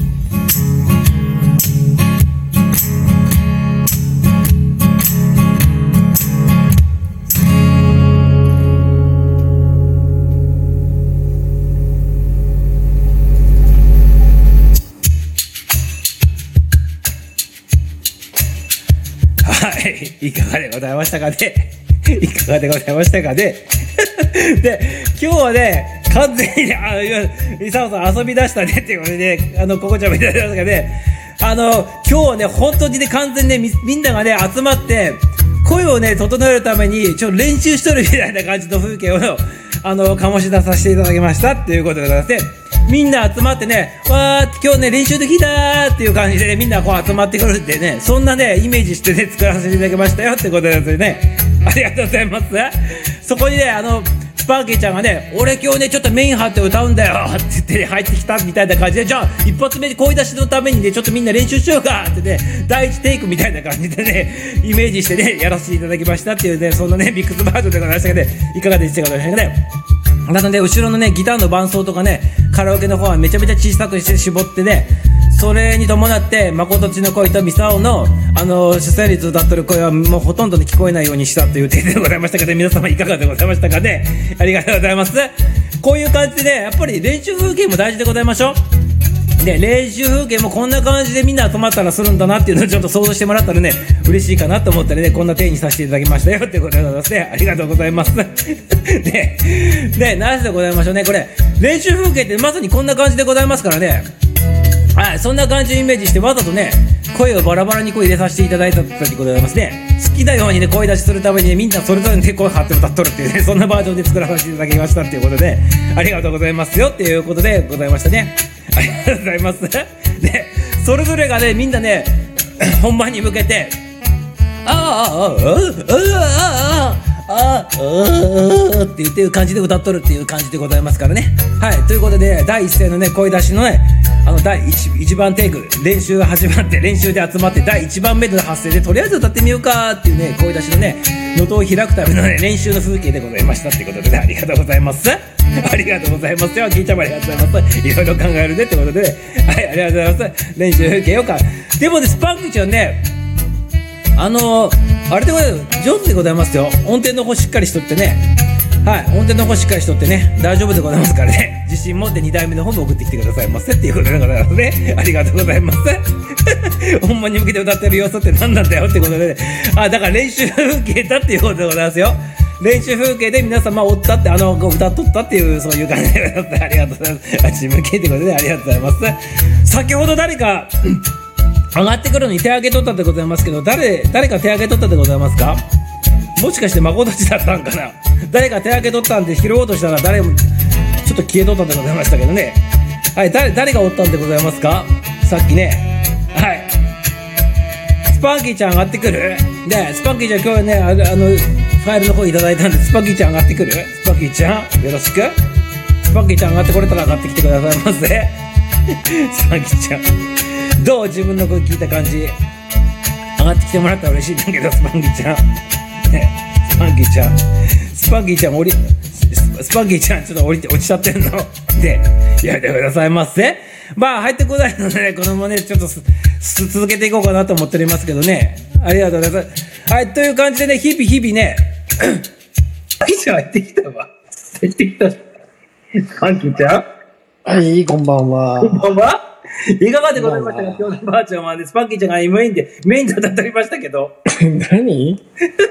はい、いかがでございましたかね。いかがでございましたかね。で、今日はね、完全にね、イサオさん遊び出したねっていうことでね、ココちゃんみたいなんですがね、今日はね、本当にね、完全にね、みんながね、集まって、声をね、整えるために、ちょっと練習しとるみたいな感じの風景を、醸し出させていただきましたっていうことでございまして、みんな集まってね、わー、今日ね、練習できたーっていう感じでね、みんなこう集まってくるってね、そんなね、イメージしてね、作らせていただきましたよってことですよね。ありがとうございます。そこにね、スパーキーちゃんがね、俺今日ね、ちょっとメイン張って歌うんだよって言ってね、入ってきたみたいな感じで、じゃあ、一発目に声出しのためにね、ちょっとみんな練習しようかってね、第一テイクみたいな感じでね、イメージしてね、やらせていただきましたっていうね、そんなね、ミックスバージョンでございましたけどね、いかがでしたかね。なので、後ろのね、ギターの伴奏とかね、カラオケの方はめちゃめちゃ小さくして絞ってね、それに伴って、誠ちの声とミサオの、主旋律歌ってる声はもうほとんどに聞こえないようにしたという点でございましたけど、皆様いかがでございましたかね。ありがとうございます。こういう感じでね、やっぱり練習風景も大事でございましょう。で、練習風景もこんな感じでみんな集まったらするんだなっていうのをちょっと想像してもらったらね、嬉しいかなと思ったらね、こんな手にさせていただきましたよってことでございますね。ありがとうございます。で、なぜでございましょうね。これ、練習風景ってまさにこんな感じでございますからね。はい、そんな感じをイメージしてわざとね、声をバラバラに入れさせていただいたということでございますね。好きなようにね、声出しするためにね、みんなそれぞれに声張って歌っとるっていうね、そんなバージョンで作らさせていただきましたっていうことで、ありがとうございますよっていうことでございましたね。ありがとうございます。で、それぞれがね、みんなね、本番に向けて、って言ってる感じで歌っとるっていう感じでございますからね。はい、ということで、第一声のね、声出しのね、第一番テイク、練習が始まって、練習で集まって、第一番目の発声で、とりあえず歌ってみようかっていうね、声出しのね、能登を開くためのね、練習の風景でございましたってことでね、ありがとうございます。ありがとうございますよ。聞いちゃんもありがとうございます。いろいろ考えるねってことでね、はい、ありがとうございます。練習風景よか。でもね、スパンキーちゃんね、あれでございます。上手でございますよ。音程の方しっかりしとってね。はい、音程の方しっかりしとってね、大丈夫でございますからね。自信持って2代目の方も送ってきてくださいませっていうことでございますね。ありがとうございます。本番に向けて歌ってる様子って何なんだよってことでね。だから練習風景だっていうことでございますよ。練習風景で皆様おったって歌っとったっていうそういう感じでございます。ありがとうございます。あっち向けってことでありがとうございます。先ほど誰か上がってくるのに手挙げとったでございますけど、誰か手挙げとったでございますか？もしかして誠ちだったんかな。誰か手挙げとったんで拾おうとしたら誰もちょっと消えとったでございましたけどね。はい、誰がおったんでございますか？さっきね。はい、スパンキーちゃん上がってくる？で、スパンキーちゃん今日ね、ファイルの方いただいたんで、スパンキーちゃん上がってくる？スパンキーちゃんよろしく。スパンキーちゃん上がってこれたら上がってきてくださいませ。スパンキーちゃんどう？自分の声聞いた感じ上がってきてもらったら嬉しいんだけど、スパンキーちゃんね、スパンキーちゃんスパンキーちゃんちょっと落ちちゃってんので、やめてくださいませ。まあ入ってこないのでね、このままねちょっと続けていこうかなと思っておりますけどね。ありがとうございます。はい、という感じでね、日々ねスパンキーちゃん入ってきたわ。入ってきたスパンキーちゃん、 はい、こんばんは。 こんばんは。いかがでございましたか？今日のばあちゃんはね、スパンキーちゃんがメインで歌っておりましたけど。 何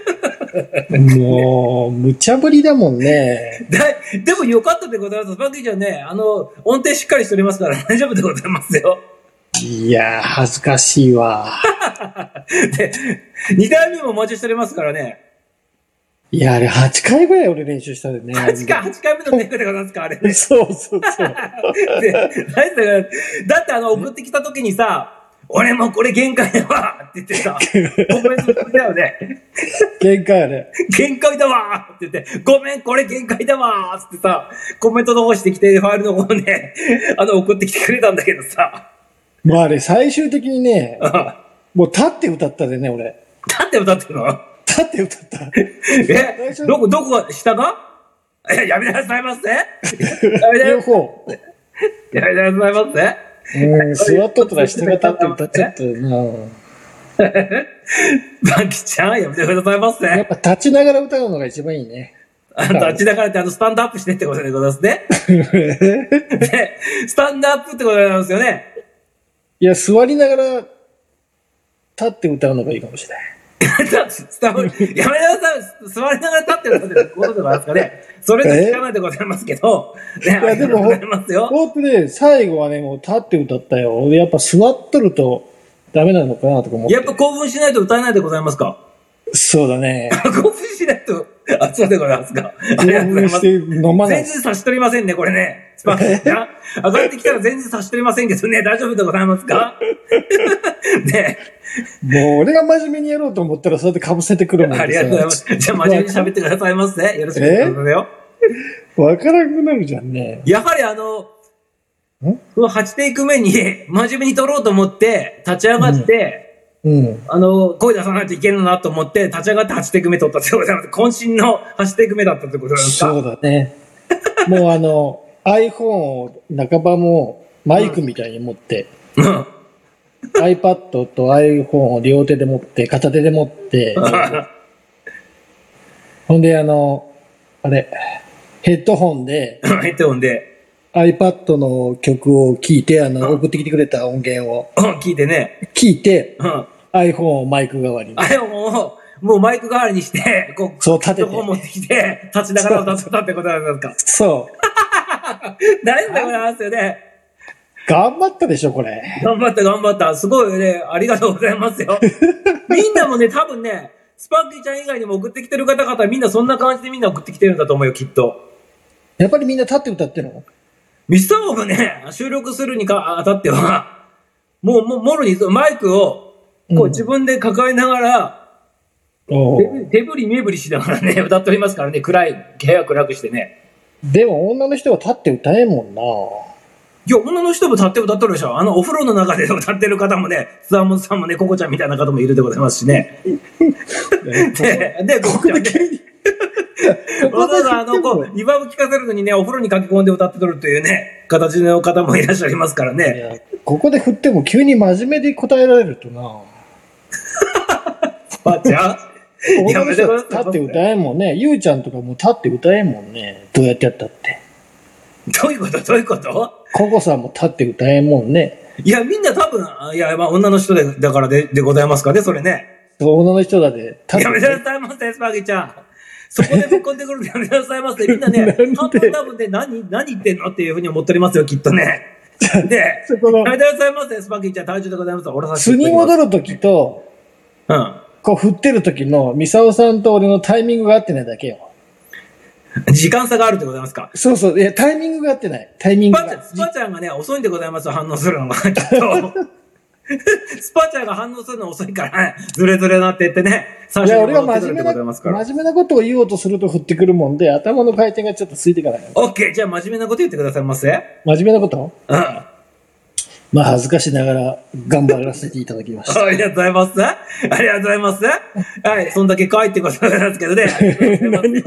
もう、無茶ぶりだもんね。 でもよかったでございます。スパンキーちゃんね、音程しっかりしておりますから大丈夫でございますよ。 いやー、恥ずかしいわ。 で、2代目もお待ちしておりますからね。 いや、あれ8回ぐらい俺練習したんだよね。 8回目のテイクでございますか、あれ、ね。 そうそうそう。 で、だって送ってきた時にさ、俺もこれ限界だわって言ってさ、コメントだよね。 限界あれ。 限界だわって言って、ごめん、これ限界だわってさ、コメントの方してきて、ファイルの方ね、送ってきてくれたんだけどさ。 まああれ、最終的にね、 立もう立って歌ったでね、俺。 って歌ってるの立って歌った。 どこが、下がやめなさいませやめな両方。 さいませ座っとったら下が立って歌っちゃったよな。 バキちゃん、やめてくださいませ。 やっぱ立ちながら歌うのが一番いいね。 立ちながらってスタンドアップしてってことでございますね。で、スタンドアップってことなんですよね。 いや、座りながら立って歌うのがいいかもしれない。 やめなさい。座りながら立ってるってことでございますかね。それで聞かないでございますけど。ね、 いや、でも、 ありがとうございますよ。 ほんとね、最後はね、もう立って歌ったよ。俺やっぱ座っとるとダメなのかなとか思って。 やっぱ興奮しないと歌えないでございますか。 そうだね。 興奮しないと、そうでございますか。ありがとうございます。 興奮して飲まない全然差し取りませんね、これね。スパッと上がってきたら全然差し取りませんけどね、大丈夫でございますかね。 もう俺が真面目にやろうと思ったらそうやって被せてくるもんありがとうございます。じゃあ真面目に喋ってくださいませ。よろしくお願いしますよ。 わからなくなるじゃんね。 やはりこの8テイク目に真面目に撮ろうと思って立ち上がって、声出さないといけるなと思って立ち上がって8テイク目撮ったってことでございます。渾身の8テイク目だったってことなんですか。 そうだね。もうiPhone を半ばもマイクみたいに持って、iPad と iPhone を両手で持って、片手で持って、ほんであれ、ヘッドホンで、iPad の曲を聴いて、送ってきてくれた音源を、 聞いてね。 聞いて、iPhone をマイク代わりに。 もうマイク代わりにして、 そう、立てて。 ヘッドホン持ってきて、立ちながら歌ってたってことなんですか。 そう。 大丈夫でございますよね。 頑張ったでしょ、これ。 頑張った。すごいね、ありがとうございますよ。みんなもね、多分ね、スパーキーちゃん以外にも送ってきてる方々はみんなそんな感じでみんな送ってきてるんだと思うよ、きっと。 やっぱりみんな立って歌ってるの？ ミスターオブね、収録するにあたっては、もろにマイクを自分で抱えながら、手振り目振りしながらね、歌っておりますからね、部屋暗くしてね。 でも女の人は立って歌えんもんな。 いや、女の人も立って歌っとるでしょ。お風呂の中で歌ってる方もね、つわもさんもね、ココちゃんみたいな方もいるでございますしね。で、ココちゃんね。わざわざリバーブ聞かせるのにね、お風呂に駆け込んで歌ってとるというね、形の方もいらっしゃいますからね。 いや、ここで振っても急に真面目で答えられるとな。 ばあちゃん女の人は立って歌えんもんね。ゆうちゃんとかも立って歌えんもんね。どうやってやったって。 どういうことココさんも立って歌えんもんね。 いや、みんな多分、女の人だからでございますかね、それね。 女の人だで。 やめてくださいませ、スパゲちゃん。そこでぶっ込んでくるのやめてくださいませ。みんなね、半分多分ね、何言ってんのっていうふうに思っておりますよ、きっとね。で、やめてくださいませ、スパゲちゃん、大丈夫でございます。俺素に戻るときと、こう振ってるときの、ミサオさんと俺のタイミングが合ってないだけよ。 時間差があるでございますか。 そうそう。いや、タイミングが合ってない。タイミングが。 スパちゃんがね、遅いんでございます、反応するのが。きっと。スパちゃんが反応するの遅いからね、ずれずれなって言ってね、 いや、俺が真面目なことを言おうとすると振ってくるもんで、頭の回転がちょっとついていかない。 オッケー、じゃあ真面目なこと言ってくださいませ。 真面目なこと？まあ、恥ずかしながら頑張らせていただきました。 ありがとうございます。ありがとうございます。はい、そんだけ可愛いってことなんですけどね。 何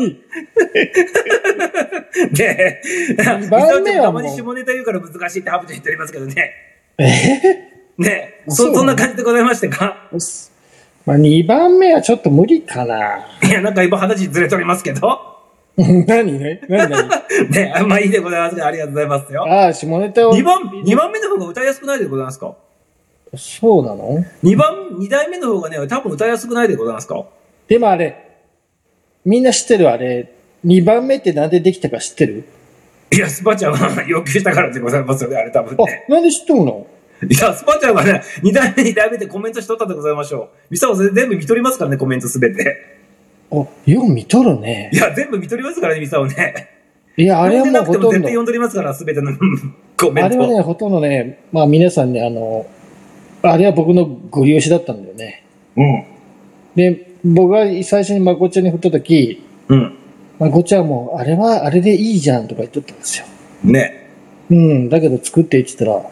で、 2番目はたまに下ネタ言うから難しいってハブちゃん言っておりますけどね。ね、そんな感じでございましたか？ まあ、2番目はちょっと無理かな。 いや、なんか今話ずれておりますけど。 何ねまあいいでございますが、ありがとうございますよ。 ああ、下ネタを。 2番目の方が歌いやすくないでございますか？ そうなの？ 2代目の方がね、多分歌いやすくないでございますか？ でもあれ、みんな知ってるあれ、2番目ってなんでできたか知ってる？ いや、スパちゃんは要求したからでございますよね、あれ多分ね。 なんで知ってるの？ いや、スパちゃんがね、2代目でコメントしとったでございましょう。ミサオ全部見とりますからね、コメントすべて。 よく見とるね。 いや、全部見とりますからね、ミサオね。 いや、あれはもうほとんど。 絶対読んどりますから、すべてのコメント。 あれはね、ほとんどね、まあ皆さんね、あれは僕のご利用しだったんだよね。で、僕が最初にまこちゃんに振ったとき、まこちゃんも、あれはあれでいいじゃんとか言っとったんですよ。 ね。 だけど作ってって言ったら、作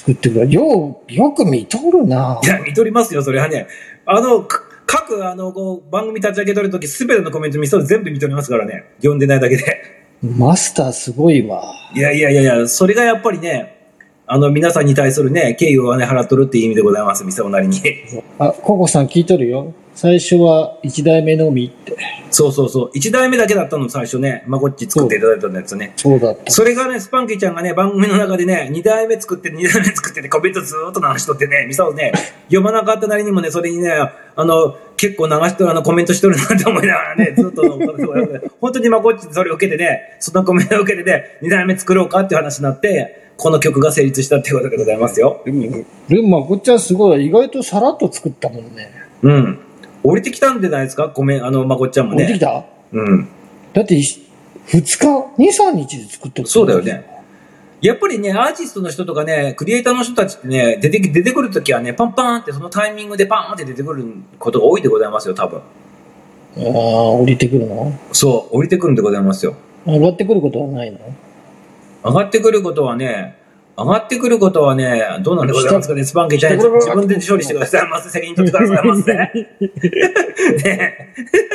作ってるから、よく見とるな。 いや、見とりますよ、それはね。各、こう、番組立ち上げとるとき、すべてのコメント全部見とりますからね。読んでないだけで。 マスターすごいわ。 いや、それがやっぱりね、皆さんに対するね、敬意をね、払っとるっていう意味でございます、ミサオなりに。 あ、ココさん聞いとるよ。最初は1代目のみって。 そう。1代目だけだったの、最初ね。まこっち作っていただいたやつね。 そうだった。 それがね、スパンキーちゃんがね、番組の中でね、2代目作ってコメントずーっと流しとってね、ミサオね、読まなかったなりにもね、それにね、結構流しとる、コメントしとるなって思いながらね、ずっと、本当にまこっちそれを受けてね、そのコメントを受けてね、2代目作ろうかっていう話になって、この曲が成立したっていうことでございますよ。 でもまこっちゃんすごい、意外とさらっと作ったもんね。 うん。降りてきたんじゃないですか、まこっちゃんもね。 降りてきた？ うん。 だって2日、2、3日で作ったって。 そうだよね。やっぱりね、アーティストの人とかね、クリエイターの人たちってね、出てくるときはね、パンパーンってそのタイミングでパーンって出てくることが多いでございますよ、多分。 降りてくるの？ そう、降りてくるんでございますよ。 上がってくることはないの？ 上がってくることはね、どうなんでございますかね、スパンケーちゃん、自分で処理してくださいませ、責任取ってくださいませ。ね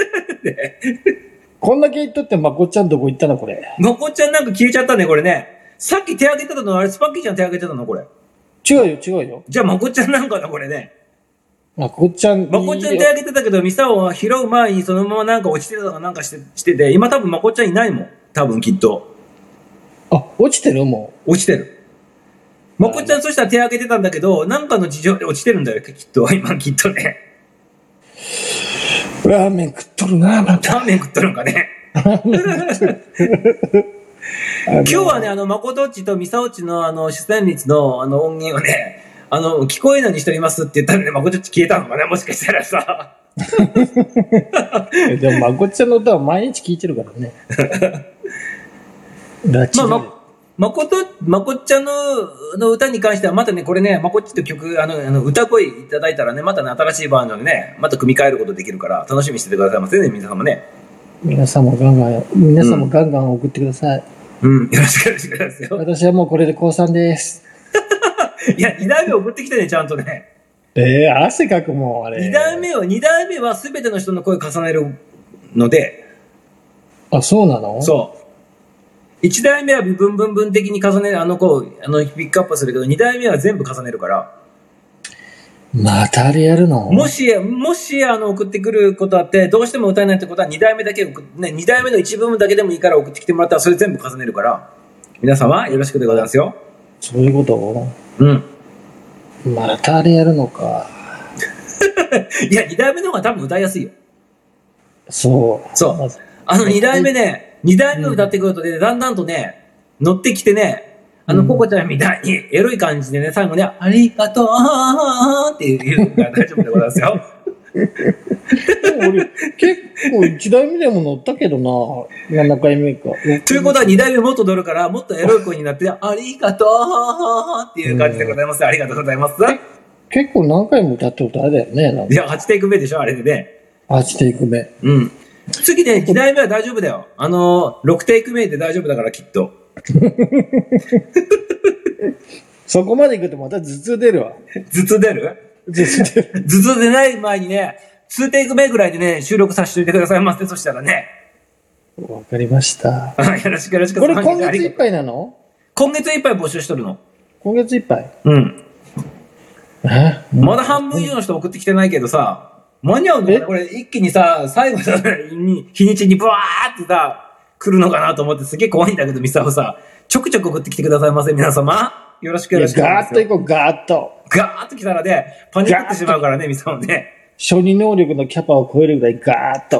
こんだけ言っとってまこっちゃんどこ行ったのこれ。 まこっちゃんなんか消えちゃったね、これね。さっき手挙げてたの、あれスパンケーちゃん手挙げてたのこれ。 違うよ。 じゃあまこっちゃんなんかだ、これね。 まこっちゃん手挙げてたけど、ミサオは拾う前にそのままなんか落ちてたとかなんかしてて、今多分まこっちゃんいないもん。多分きっと。 あ、落ちてるも落ちてる。まこっちゃんそしたら手挙げてたんだけど、なんかの事情で落ちてるんだよ、きっと。今きっとね。 ラーメン食っとるな、また。 ラーメン食っとるんかね。今日はね、まことっちとみさおちの出演率の音源をね、聞こえないようにしておりますって言ったらね、まことっち消えたのかね、もしかしたらさ。 でもまこっちゃんの歌は毎日聴いてるからね。 まこっちゃんの歌に関してはまたね、これね、まこっちと曲、歌声いただいたらね、またね、新しいバージョンでね、また組み替えることできるから、楽しみにしててくださいませね、皆様ね。 皆さんもガンガン送ってください。 うん、よろしくお願いしますよ。 私はもうこれで高3です。 いや、2代目送ってきてね、ちゃんとね。 汗かくもん、あれ。 2代目は全ての人の声重ねるので。 あ、そうなの？ そう。1代目は文文的に重ねる、ピックアップするけど、2代目は全部重ねるから。 またあれやるの？ もし、送ってくることあって、どうしても歌えないってことは2代目だけ2代目の一部分だけでもいいから送ってきてもらったら、それ全部重ねるから、皆様よろしくでございますよ。 そういうこと？ うん。 またあれやるのか。 いや、2代目の方が多分歌いやすいよ。 そう。 そう。2代目ね、2代目歌ってくるとね、だんだんとね、乗ってきてね、ココちゃんみたいにエロい感じでね、最後ね、ありがとうっていうから大丈夫でございますよ。 でも俺、結構1代目でも乗ったけどな、7回目か。 ということは2代目もっと乗るから、もっとエロい声になって、ありがとうっていう感じでございます。ありがとうございます。 結構何回も歌ってことあれだよね。 いや、8テイク目でしょ、あれでね。 8テイク目。 うん。次ね、2代目は大丈夫だよ。6テイク目で大丈夫だから、きっと。 そこまで行くとまた頭痛出るわ。 頭痛出る？頭痛出ない前にね、2テイク目ぐらいでね、収録させておいてくださいませ。そしたらね。 わかりました。 よろしくよろしく。 これ今月いっぱいなの？ 今月いっぱい募集しとるの。 今月いっぱい？ うん。まだ半分以上の人送ってきてないけどさ、間に合うのかなこれ一気にさ、最後に、日にちにブワーってさ、来るのかなと思ってすげえ怖いんだけど、ミサオさ、ちょくちょく送ってきてくださいませ、皆様。よろしくよろしく。 ガーッといこう、ガーッと。 ガーッと来たらね、パニックってしまうからね、ミサオね。 処理能力のキャパを超えるぐらいガーッと。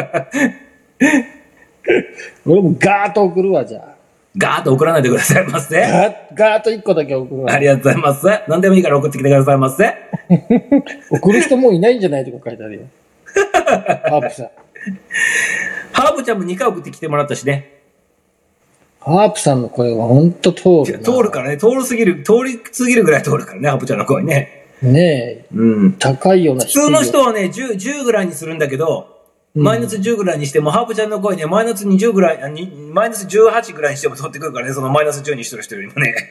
俺もガーッと送るわ、じゃあ。 ガーッと送らないでくださいませ。 ガーッと1個だけ送るわ。 ありがとうございます。何でもいいから送ってきてくださいませ。 送る人もういないんじゃないとか書いてあるよ。ハープさん。 ハープちゃんも2回送ってきてもらったしね。 ハープさんの声はほんと通るな。 通るからね、通りすぎるぐらい通るからね、ハープちゃんの声ね。 ねえ。 うん。 高いような。 普通の人はね、10ぐらいにするんだけど、マイナス10ぐらいにしても、ハープちゃんの声ね、マイナス20ぐらい、マイナス18ぐらいにしても通ってくるからね、そのマイナス10にしてる人よりもね。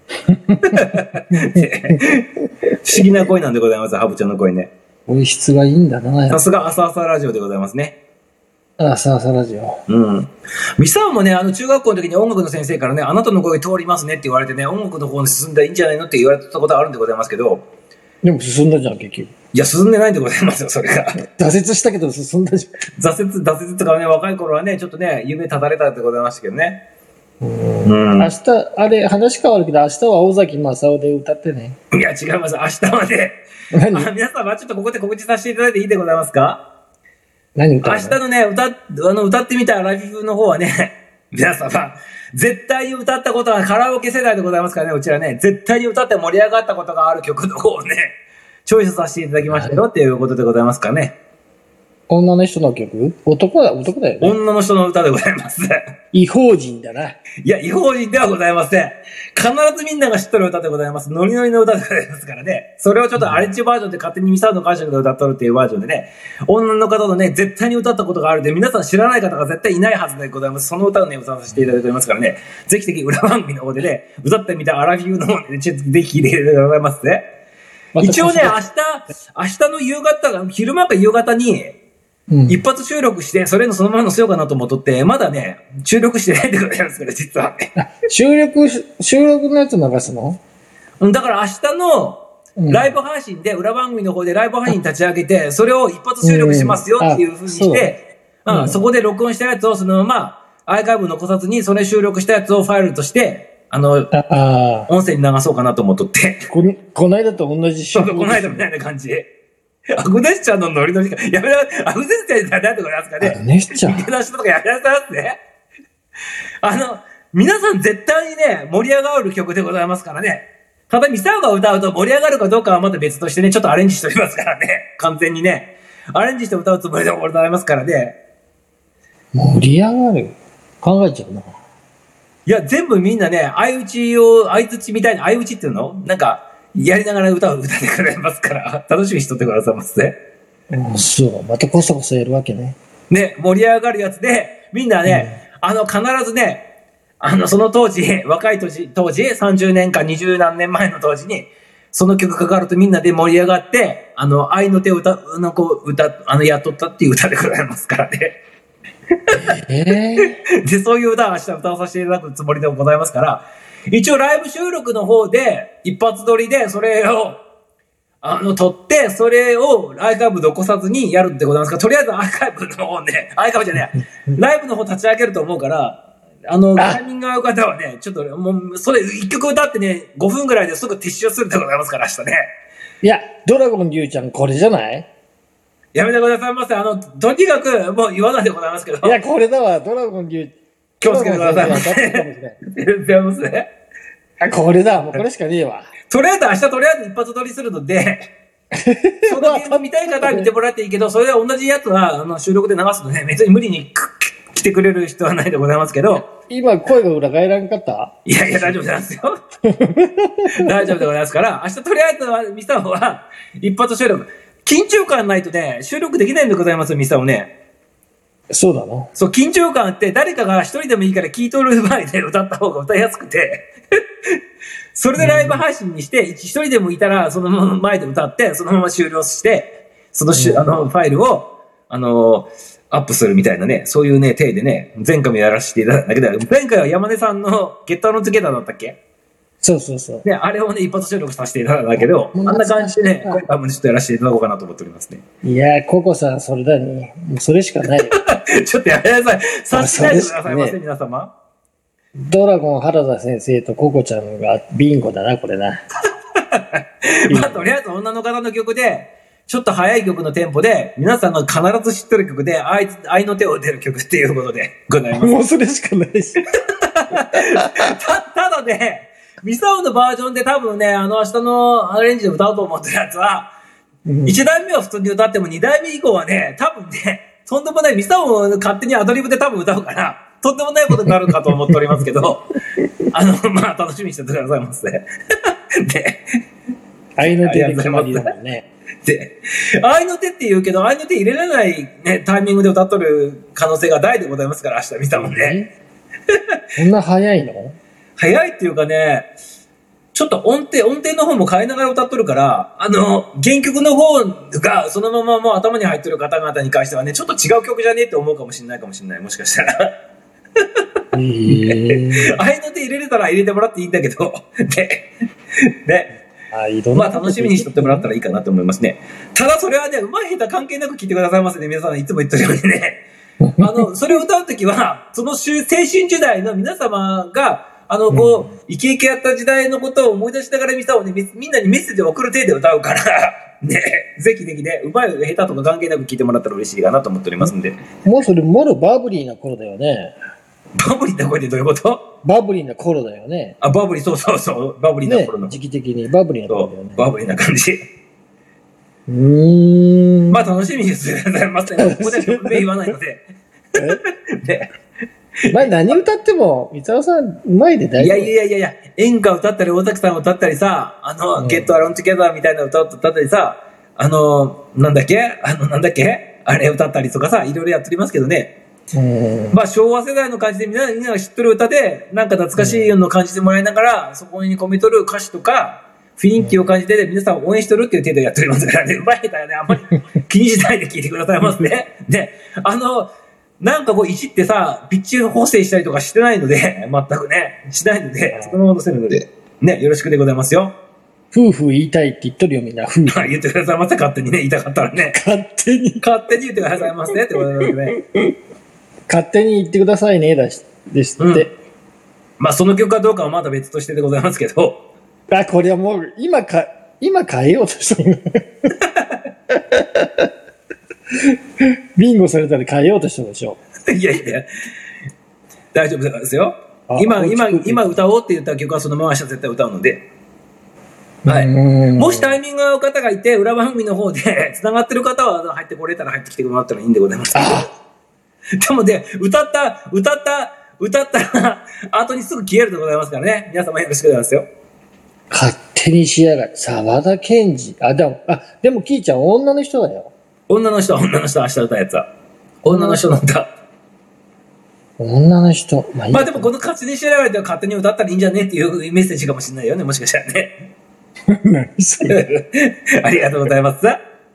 不思議な声なんでございます、ハブちゃんの声ね。 音質がいいんだな。 さすが朝朝ラジオでございますね。 朝朝ラジオ。 うん。ミサオもね、中学校の時に音楽の先生からね、あなたの声通りますねって言われてね、音楽の方に進んだらいいんじゃないのって言われたことあるんでございますけど。 でも進んだじゃん、結局。 いや、進んでないんでございますよ、それが。 挫折したけど進んだじゃん。挫折とかね、若い頃はね、ちょっとね、夢立たれたってございましたけどね。 明日、あれ、話変わるけど、明日は尾崎正夫で歌ってね。 いや、違います。明日はね、皆様、ちょっとここで告知させていただいていいでございますか？ 何歌うの？ 明日のね、歌ってみたライブの方はね、皆様、絶対に歌ったことはカラオケ世代でございますからね、うちらね、絶対に歌って盛り上がったことがある曲の方をね、チョイスさせていただきましたよっていうことでございますかね。 女の人の曲？男だよね。 女の人の歌でございます。 異邦人だな。 いや、異邦人ではございません。必ずみんなが知っとる歌でございます。ノリノリの歌でございますからね。それをちょっとアレンジバージョンで勝手にミサオの解釈で歌っとるっていうバージョンでね、女の方のね、絶対に歌ったことがあるで、皆さん知らない方が絶対いないはずでございます。その歌をね、歌わせていただいておりますからね、ぜひぜひ裏番組の方でね、歌ってみたアラフィフの方でね、ぜひ聴いていただいてございますね。一応ね、明日の夕方、昼間か夕方に、一発収録して、それのそのまま載せようかなと思っとって、まだね、収録してないでございますから、実はね。 収録のやつ流すの？ だから明日のライブ配信で、裏番組の方でライブ配信立ち上げて、それを一発収録しますよっていう風にして、そこで録音したやつをそのまま、アーカイブ残さずに、それ収録したやつをファイルとして、音声に流そうかなと思っとって。 この間と同じそう、この間みたいな感じで。アグネスちゃんのノリノリが、やめな、アグネスちゃんじゃないところですかね。 アグネスちゃん。 池田人とかやめなさいってね。皆さん絶対にね、盛り上がる曲でございますからね。ただ、ミサオが歌うと盛り上がるかどうかはまた別としてね、ちょっとアレンジしておりますからね。完全にね。アレンジして歌うつもりでございますからね。 盛り上がる？考えちゃうな。 いや、全部みんなね、相槌みたいな、相槌っていうのなんか、やりながら歌を歌ってくれますから、楽しみにしとってくださいませ。 そう。またこそこそやるわけね。 ね、盛り上がるやつで、みんなね、必ずね、その当時、若い当時、30年か20何年前の当時に、その曲かかるとみんなで盛り上がって、愛の手をやっとったっていう歌でございますからね。で、そういう歌を明日歌わさせていただくつもりでございますから、一応ライブ収録の方で、一発撮りで、それを、撮って、それをアーカイブ残さずにやるってございますから、とりあえずアーカイブの方ね、アーカイブじゃねえ、ライブの方立ち上げると思うから、タイミングが合う方はね、ちょっと、もう、それ一曲歌ってね、5分ぐらいですぐ撤収するでございますから、明日ね。 いや、ドラゴン龍ちゃんこれじゃない？ やめてくださいませ。とにかく、もう言わないでございますけど。 いや、これだわ、ドラゴン龍。 気をつけてくださいませ。言ってますね。 これだ、もうこれしかねえわ。 とりあえず明日とりあえず一発撮りするので、そのゲーム見たい方は見てもらっていいけど、それで同じやつは収録で流すとね、別に無理に来てくれる人はないでございますけど。 今声が裏返らんかった？ いやいや、大丈夫なんですよ。大丈夫でございますから、明日とりあえずは、ミサオは一発収録。緊張感ないとね、収録できないんでございます、ミサオね。 そうなの？ そう、緊張感って誰かが一人でもいいから聴いとる前で歌った方が歌いやすくて、それでライブ配信にして、一人でもいたらそのまま前で歌って、そのまま終了して、そのファイルを、アップするみたいなね、そういうね、体でね、前回もやらせていただいたんだけど、前回は山根さんのゲッターのトゥゲダーだったっけ？ そうそうそう。 ね、あれをね、一発収録させていただいたんだけど、あんな感じでね、今回もちょっとやらせていただこうかなと思っておりますね。 いやー、ココさん、それだに、もうそれしかないよ。 ちょっとやめなさい。察しないでくださいませ、皆様。 ドラゴン原田先生とココちゃんがビンゴだな、これな。 まあ、とりあえず女の方の曲で、ちょっと早い曲のテンポで、皆さんが必ず知ってる曲で、愛の手を出る曲っていうことでございます。 もうそれしかないし。 ただね、ミサオのバージョンで多分ね、明日のアレンジで歌おうと思ってるやつは、1代目は普通に歌っても2代目以降はね、多分ね、とんでもない、ミサオを勝手にアドリブで多分歌うから、とんでもないことになるかと思っておりますけど、まあ、楽しみにしててくださいませ。で、 愛の手で決まりだもんね。 で、愛の手って言うけど、愛の手入れられないね、タイミングで歌っとる可能性が大でございますから、明日見たもんね。 そんな早いの？ 早いっていうかね、 ちょっと音程の方も変えながら歌っとるから、原曲の方がそのままもう頭に入ってる方々に関してはね、ちょっと違う曲じゃねえって思うかもしれない、もしかしたら。ああいうので入れれたら入れてもらっていいんだけど、まあ楽しみにしとってもらったらいいかなと思いますね。ただそれはね、上手い下手関係なく聞いてくださいませね、皆さんいつも言ってるようにね。それを歌うときは、その青春時代の皆様が、こう、イケイケやった時代のことを思い出しながらミサをね、みんなにメッセージを送る程度歌うから、ね、ぜひぜひね、上手い下手とか関係なく聞いてもらったら嬉しいかなと思っておりますんで。 もうそれ、もろバブリーな頃だよね。 バブリーな声ってどういうこと？ バブリーな頃だよね。 バブリー、そう、バブリーな頃の。 ね、時期的にバブリーな頃だよね。 バブリーな感じ。まあ楽しみにしてくださいませ。ここで曲名言わないので。ね。 まあ何歌っても、三沢さん、うまいで大丈夫。 いや、演歌歌ったり、大崎さん歌ったりさ、ゲットアロントゥゲザーみたいな歌を歌ったりさ、なんだっけあれ歌ったりとかさ、いろいろやっておりますけどね。まあ昭和世代の感じでみんなが知ってる歌で、なんか懐かしいのを感じてもらいながら、そこに込めとる歌詞とか、雰囲気を感じて、皆さんを応援してるっていう程度やっておりますからね、うまい下手はね、あんまり気にしないで聞いてくださいますね。で、なんかこういじってさ、ピッチ補正したりとかしてないので、全くね、しないので、そのまま載せるので、ね、よろしくでございますよ。 夫婦言いたいって言っとるよ、みんな。夫婦。 言ってくださいませ、勝手にね、言いたかったらね。勝手に言ってくださいませってことなんですね。 勝手に言ってくださいね、ですって。 まあ、その曲かどうかはまだ別としてでございますけど。 これはもう、今変えようとしたの。ビンゴされたら変えようとしたでしょ。いや、 大丈夫ですよ。今歌おうって言った曲はそのまま明日絶対歌うので。はい。もしタイミングの方がいて、裏番組の方で繋がってる方は入ってこれたら入ってきてもらったらいいんでございます。でもね、歌った後にすぐ消えるでございますからね。皆様よろしくお願いしますよ。 勝手にしやがる。沢田研二。でもキーちゃん女の人だよ。 女の人、明日歌うやつは。女の人の歌。 女の人。 まあでもこの勝手にしやがるって勝手に歌ったらいいんじゃねっていうメッセージかもしれないよね、もしかしたらね。 何それ。 ありがとうございます。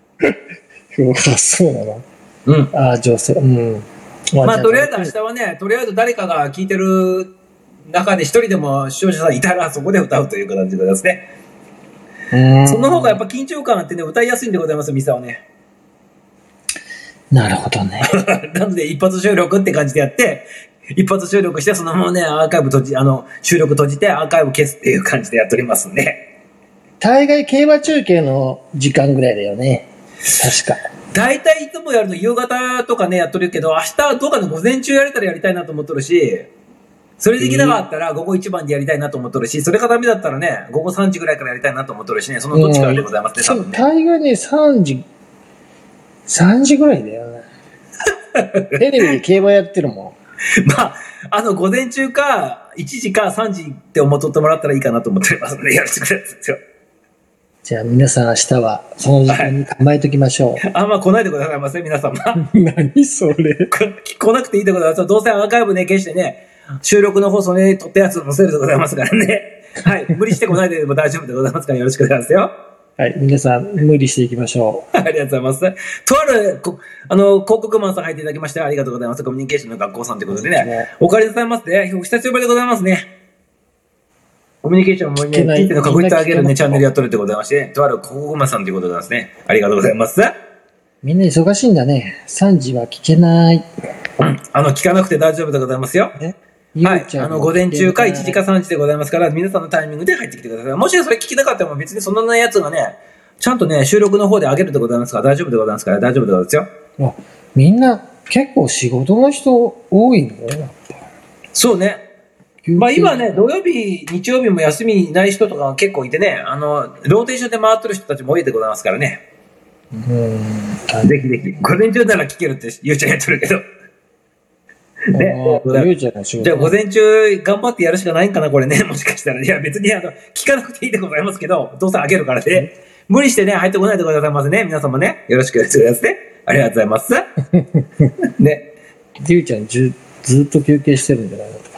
そうなの。女性。まあとりあえず明日はね、とりあえず誰かが聴いてる中で一人でも視聴者さんいたらそこで歌うという形でございますね。その方がやっぱ緊張感あってね、歌いやすいんでございます、ミサはね。 なるほどね。 なので一発収録って感じでやって、一発収録してそのままね、アーカイブ収録閉じてアーカイブ消すっていう感じでやっておりますんで。 大概競馬中継の時間ぐらいだよね。確か。 大体いつもやるの夕方とかね、やっとるけど、明日はどうかの午前中やれたらやりたいなと思っとるし、それできなかったら午後1番でやりたいなと思っとるし、それがダメだったらね、午後3時ぐらいからやりたいなと思っとるしね、そのどっちからでございますね、多分ね。 大概ね、3時ぐらいだよね。テレビで競馬やってるもん。まあ、午前中か、1時か3時って思っとってもらったらいいかなと思ってますので、やらせてくださいよ。 じゃあ皆さん明日はその時間に構えときましょう。 あんま来ないでくださいませ、皆様。 何それ。 来なくていいでございます。どうせアーカイブね、消してね、収録の放送ね、撮ったやつを載せるでございますからね。はい。無理して来ないでも大丈夫でございますから、よろしくお願いしますよ。 はい。皆さん、無理していきましょう。ありがとうございます。とある、広告マンさん入っていただきましてありがとうございます。コミュニケーションの学校さんということでね。おかえりなさいますね。お久しぶりでございますね。コミュニケーションもね、聞いての確率上げるね、チャンネルやっとるってございまして、とある広告マンさんということでございますね。ありがとうございます。 みんな忙しいんだね。3時は聞けない。 聞かなくて大丈夫でございますよ。はい。午前中か1時か3時でございますから、皆さんのタイミングで入ってきてください。もしそれ聞きなかったら別にそんなやつがね、ちゃんとね、収録の方で上げるでございますから、大丈夫でございますから、大丈夫でございますよ。 みんな結構仕事の人多いの？ そうね。まあ今ね、土曜日、日曜日も休みない人とか結構いてね、ローテーションで回ってる人たちも多いでございますからね。ぜひぜひ。午前中なら聞けるってゆうちゃんやってるけど。ね。じゃあ午前中頑張ってやるしかないんかな、これね。もしかしたら。いや別に聞かなくていいでございますけど、どうせあげるからね。無理してね、入ってこないでございますね。皆様ね。よろしくお願いしますね。ありがとうございます。ね。 ゆうちゃんずっと休憩してるんじゃないのとか。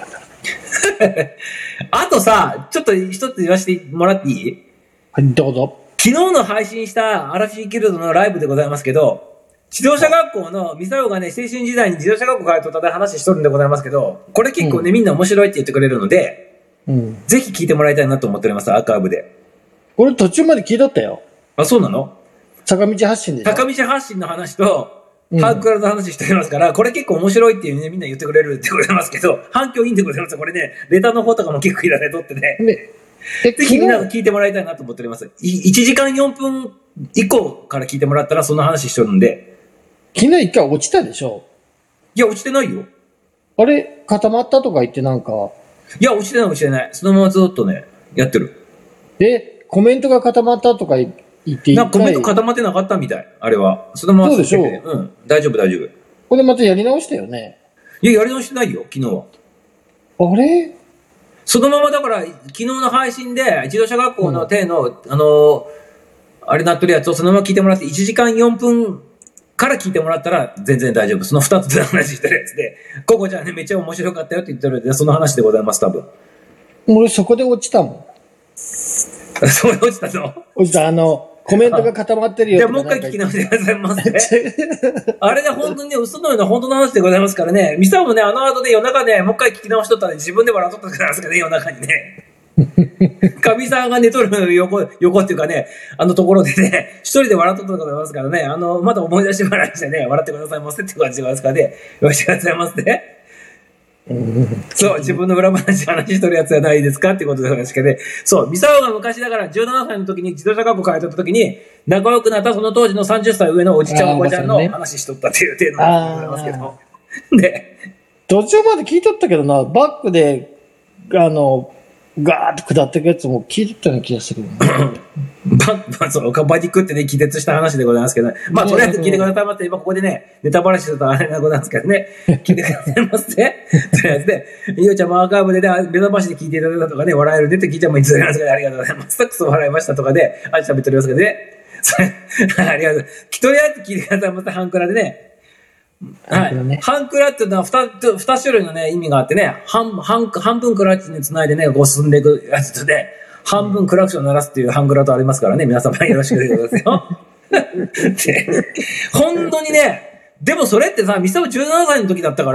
あとさ、ちょっと一つ言わせてもらっていい？ はい、どうぞ。 昨日の配信したアラフィーギルドのライブでございますけど、自動車学校のミサオがね、青春時代に自動車学校通ったで話しとるんでございますけど、これ結構ね、みんな面白いって言ってくれるので、ぜひ聞いてもらいたいなと思っております、アーカイブで。 俺途中まで聞いとったよ。 あ、そうなの？ 坂道発進でしょ。 坂道発進の話と、ハークラの話しておりますから、これ結構面白いっていうね、みんな言ってくれるってございますけど、反響いいんでございます。これね、レターの方とかも結構いらねとってね。ぜひみんな聞いてもらいたいなと思っております。1時間4分以降から聞いてもらったらそんな話しとるんで。 昨日一回落ちたでしょ？ いや、落ちてないよ。 あれ固まったとか言ってなんか。 いや、落ちてない落ちてない。そのままずっとね、やってる。 コメントが固まったとか言ってなんかコメント固まってなかったみたい。あれは。そのままそうでしょう。 うん。大丈夫大丈夫。 これまたやり直したよね。 いや、やり直してないよ、昨日は。 あれそのままだから、昨日の配信で、自動車学校の手の、あれなっとるやつをそのまま聞いてもらって、1時間4分から聞いてもらったら全然大丈夫。その2つで話してるやつで、ココちゃんね、めっちゃ面白かったよって言ってるんで、その話でございます、多分。 俺そこで落ちたもん。 そこで落ちたの？ 落ちた、コメントが固まってるよ。 じゃあもう一回聞き直してくださいませ。あれね、本当にね、嘘のような本当の話でございますからね。ミサもね、あの後で夜中でもう一回聞き直しとったら自分で笑っとったじゃないですかね、夜中にね。神さんが寝とる横っていうかね、ところでね、一人で笑っとったでございますからね、また思い出してもらいしてね、笑ってくださいませって感じでございますからね、よろしくお願いしますね。そう、自分の裏話しとるやつじゃないですかってことで話しけで、そう、ミサオが昔だから17歳の時に自動車学校通っとった時に、仲良くなったその当時の30歳上のおじちゃんおばちゃんの話しとったっていう程度でございますけど。で、 途中まで聞いとったけどな、バックで、ガーッと下っていくやつも聞いとったような気がするよね。 そう、バディクってね、気絶した話でございますけどね。まあ、とりあえず聞いてくださいまって、今ここでね、ネタバラシするとあれでございますからね。聞いてくださいませ。とりあえずね、ゆうちゃんもアーカイブでね、ネタバラシで聞いていただいたとかね、笑えるねって聞いちゃんもいつも言いますから、ありがとうございます。たくさん笑いましたとかで、あれ喋っておりますけどね。ありがとう。とりあえず聞いてくださいませ、ハンクラでね。はい。ハンクラっていうのは二種類のね、意味があってね、半分クラッチにつないでね、こう進んでいくやつで、半分クラクション鳴らすっていうハンクラとありますからね、皆様よろしくお願いしますよ。で、本当にね、でもそれってさ、ミサオ17歳の時だったから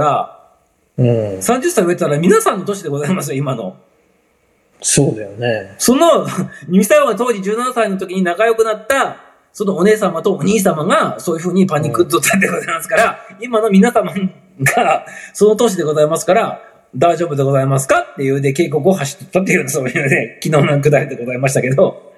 、30歳上ったら皆さんの年でございますよ、今の。 そうだよね。 その、ミサオが当時17歳の時に仲良くなった、そのお姉様とお兄様がそういう風にパニックっとったんでございますから、今の皆様がその年でございますから、大丈夫でございますかっていうで警告を発してったっていう、そういうね、昨日のくだりでございましたけど。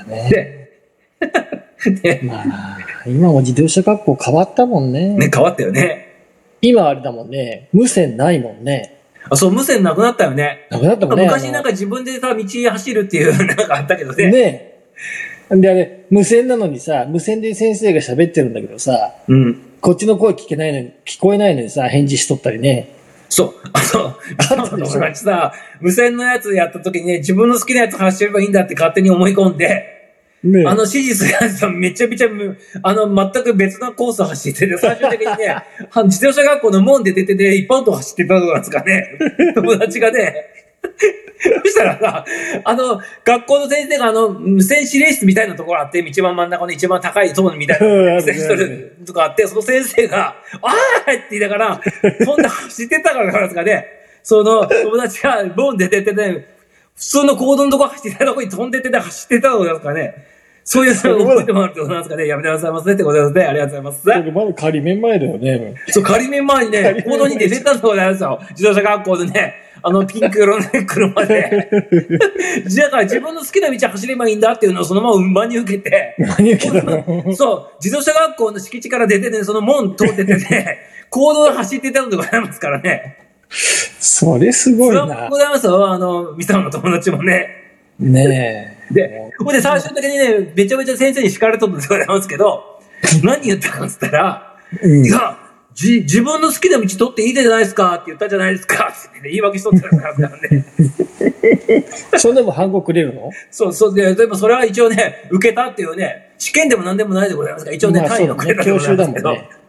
で、まあ、今も自動車学校変わったもんね。 ね、変わったよね。 今あれだもんね、無線ないもんね。 あ、そう、無線なくなったよね。 なくなったもんね。 昔なんか自分でさ、道走るっていうなんかあったけどね。 ねで、あれ、無線なのにさ、無線で先生が喋ってるんだけどさ、こっちの声聞こえないのにさ、返事しとったりね。 そう。友達さ、無線のやつやった時にね、自分の好きなやつ走ればいいんだって勝手に思い込んで、指示するやつはめちゃめちゃ、全く別なコースを走ってて、最終的にね、自動車学校の門で出てて、一般道走ってたとかなんですかね、友達がね、そしたらさ、学校の先生が無線指令室みたいなところあって、一番真ん中の一番高いゾーンみたいな無線しとるとかあって、その先生が、あーって言いながら、そんな走ってたからなんですかね、その友達がボンで出てて、普通の行動のところ走ってたところに飛んでて走ってたとかなんですかね。そういうのを覚えてもらうってことなんですかね。やめてくださいませってことですね。ありがとうございます。 それまだ仮面前だよね。 そう、仮面前にね、行動に出てたところなんですよ。自動車学校でね、ピンク色のね、車で。だから自分の好きな道走ればいいんだっていうのをそのまま真に受けて。 真に受けたの？ そう、自動車学校の敷地から出てね、その門通っててね、行動で走ってたのでございますからね。 それすごいな。 それはございますよ。ミサオの友達もね。 ねえ。 で、ここで最終的にね、めちゃめちゃ先生に叱られとったんでございますけど、何言ったかっつったら、いや、自分の好きな道取っていいじゃないですかって言ったじゃないですかって言い訳しとったからね。 それでも反抗くれるの？ そうで、でもそれは一応ね、受けたっていうね、試験でも何でもないでございますから、一応ね、単位をくれたでございますけど、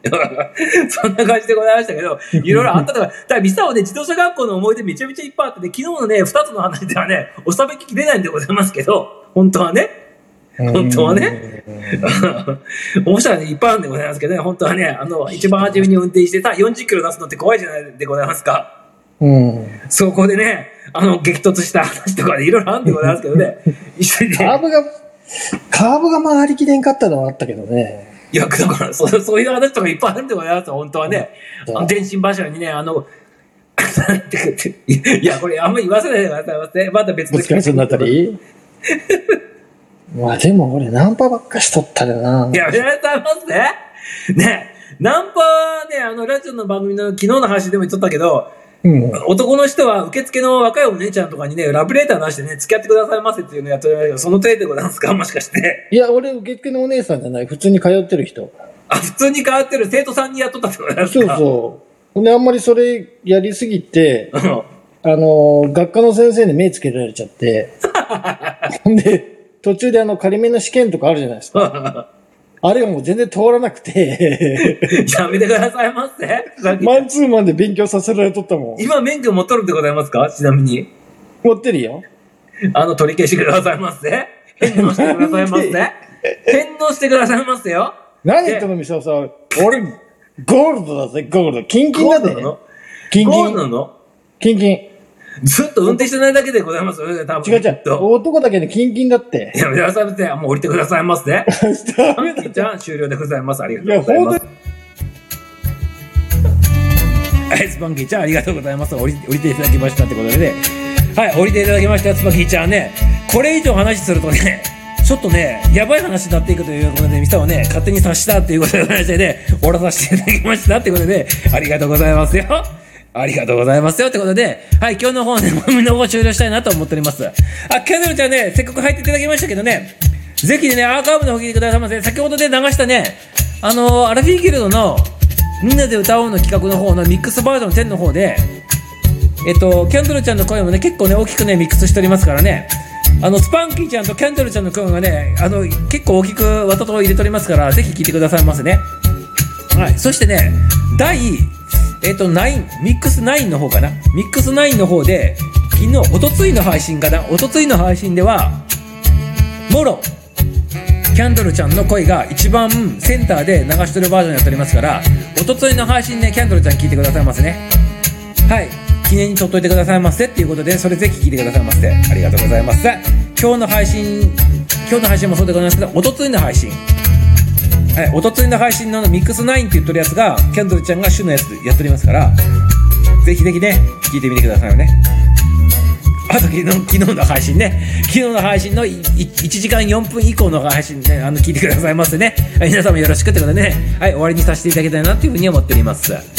そんな感じでございましたけど、いろいろあったとか、だからミサはね、自動車学校の思い出めちゃめちゃいっぱいあってね、昨日のね、2つの話ではね、収めききれないんでございますけど、本当はね、面白いね、いっぱいあるんでございますけどね、本当はね、一番初めに運転してさ、40キロ出すのって怖いじゃないでございますか。そこでね、激突した話とかでいろいろあるんでございますけどね、一緒にね。 カーブが曲がりきれんかったのはあったけどね。 いや、だからそういう話とかいっぱいあるんでございますよ、本当はね。電信柱にね、いや、これあんまり言わせないでくださいませ。また別の機会になったりまあでも俺ナンパばっかしとったよな。 やめなさいませ。ね、ナンパはね、ラジオの番組の昨日の話でも言っとったけど、男の人は受付の若いお姉ちゃんとかにね、ラブレーター出してね、付き合ってくださいませっていうのやっておりますけど、その程度でございますか、もしかして。 いや、俺受付のお姉さんじゃない、普通に通ってる人。 普通に通ってる生徒さんにやっとったってことですか。 そう。で、あんまりそれやりすぎて、学科の先生に目つけられちゃって、ほんで、途中で仮面の試験とかあるじゃないですか。あれがもう全然通らなくて。 やめてくださいませ。 マンツーマンで勉強させられとったもん。 今免許持っとるってございますか、ちなみに。 持ってるよ。 取り消してくださいませ。返納してくださいませ。返納してくださいませよ。 何言ったの、ミサオさん。俺、ゴールドだぜ、ゴールド。キンキンだぜ。 キンキン。ゴールドなの？ キンキン。 ずっと運転してないだけでございますよね、多分。 違う。男だけでキンキンだって。 いや、皆さんって、もう降りてくださいませ。ダメだじゃあ、終了でございます。ありがとうございます。はい、スパンキーちゃん、ありがとうございます。降りていただきましたってことでね。はい、降りていただきました、スパンキーちゃんね。これ以上話するとね、ちょっとね、やばい話になっていくということで、ミサをね、勝手に察したっていうことでございましてね、降ろさせていただきましたってことで、ありがとうございますよ。ありがとうございますよってことで、はい、今日の方ね、番組の方終了したいなと思っております。キャンドルちゃんね、せっかく入っていただきましたけどね、ぜひね、アーカイブの方聞いてくださいませ。先ほどで流したね、アラフィーギルドのみんなで歌おうの企画の方のミックスバージョン10の方で、キャンドルちゃんの声もね、結構ね、大きくね、ミックスしておりますからね、スパンキーちゃんとキャンドルちゃんの声がね、結構大きくわたと入れておりますから、ぜひ聞いてくださいませね。はい、そしてね、9、ミックス9の方かな。ミックス9の方で、おとついの配信かな。おとついの配信では、もろ、キャンドルちゃんの声が一番センターで流してるバージョンやっておりますから、おとついの配信でキャンドルちゃん聞いてくださいますね。はい。記念に撮っといてくださいませっていうことで、それぜひ聞いてくださいませ。ありがとうございます。今日の配信もそうでございますけど、おとついの配信。はい、おとついの配信のミックス9って言っとるやつが、キャンドルちゃんが主のやつやっておりますから、ぜひぜひね、聞いてみてくださいよね。あと昨日の配信ね、昨日の配信の1時間4分以降の配信ね、聞いてくださいませね。はい、皆さんもよろしくってことでね、はい、終わりにさせていただきたいなというふうに思っております。はい、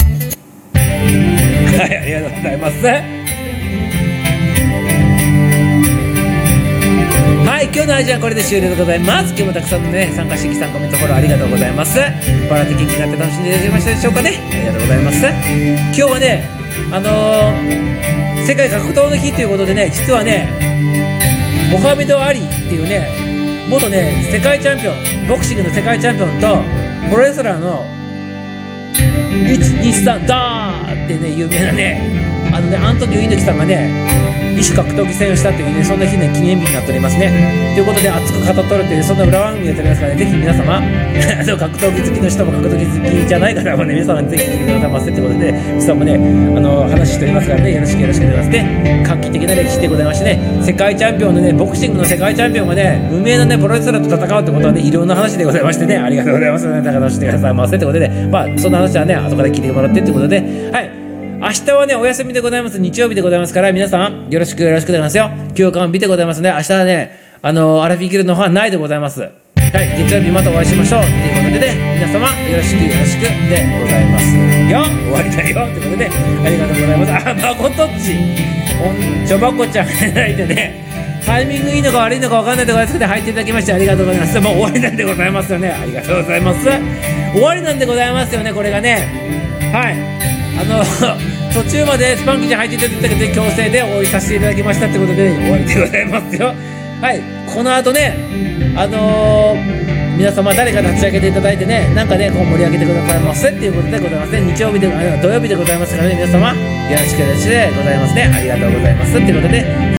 ありがとうございます。はい、今日の配信はこれで終了でございます。今日もたくさんのね、参加してきたコメントフォローありがとうございます。バラ的になって楽しんでいただけましたでしょうかね。ありがとうございます。今日はね、世界格闘の日ということでね、実はね、モハメド・アリっていうね、元ね、世界チャンピオン、ボクシングの世界チャンピオンと、プロレスラーの、123ダーってね、有名なね、アントニオ猪木さんがね、異種格闘技戦をしたというね、そんな日の記念日になっておりますね。ということで、熱く語っとるという、そんな裏番組やっておりますからね、ぜひ皆様、格闘技好きの人も格闘技好きじゃない方もね、皆様にぜひ聞いてくださいませということで、皆さんもね、話しておりますからね、よろしくお願いしますね。画期的な歴史でございましてね、世界チャンピオンのね、ボクシングの世界チャンピオンがね、無名なね、プロレスラーと戦うってことはね、いろんな話でございましてね、ありがとうございますね。だから話してくださいませということで、まあ、そんな話はね、後から聞いてもらってということで、はい。明日はね、お休みでございます。日曜日でございますから、皆さん、よろしくでございますよ。休館日でございますね。明日はね、アラフィーギルドの方はないでございます。はい、月曜日またお会いしましょう。ということでね、皆様、よろしくでございますよ。終わりだよ。ということで、ありがとうございます。まことっち、ちょばこちゃんがいただいてね、タイミングいいのか悪いのか分かんないところですけど、入っていただきましてありがとうございます。もう終わりなんでございますよね。ありがとうございます。終わりなんでございますよね、これがね。はい。途中までスパンキーちゃん入っていただいたけど、強制で終わりさせていただきましたってことで、終わりでございますよ。はい。この後ね、 皆様誰か立ち上げていただいてね、なんかねこう盛り上げてくださいませっていうことでございますね。日曜日で土曜日でございますからね、皆様よろしくでございますね。ありがとうございますっていうことで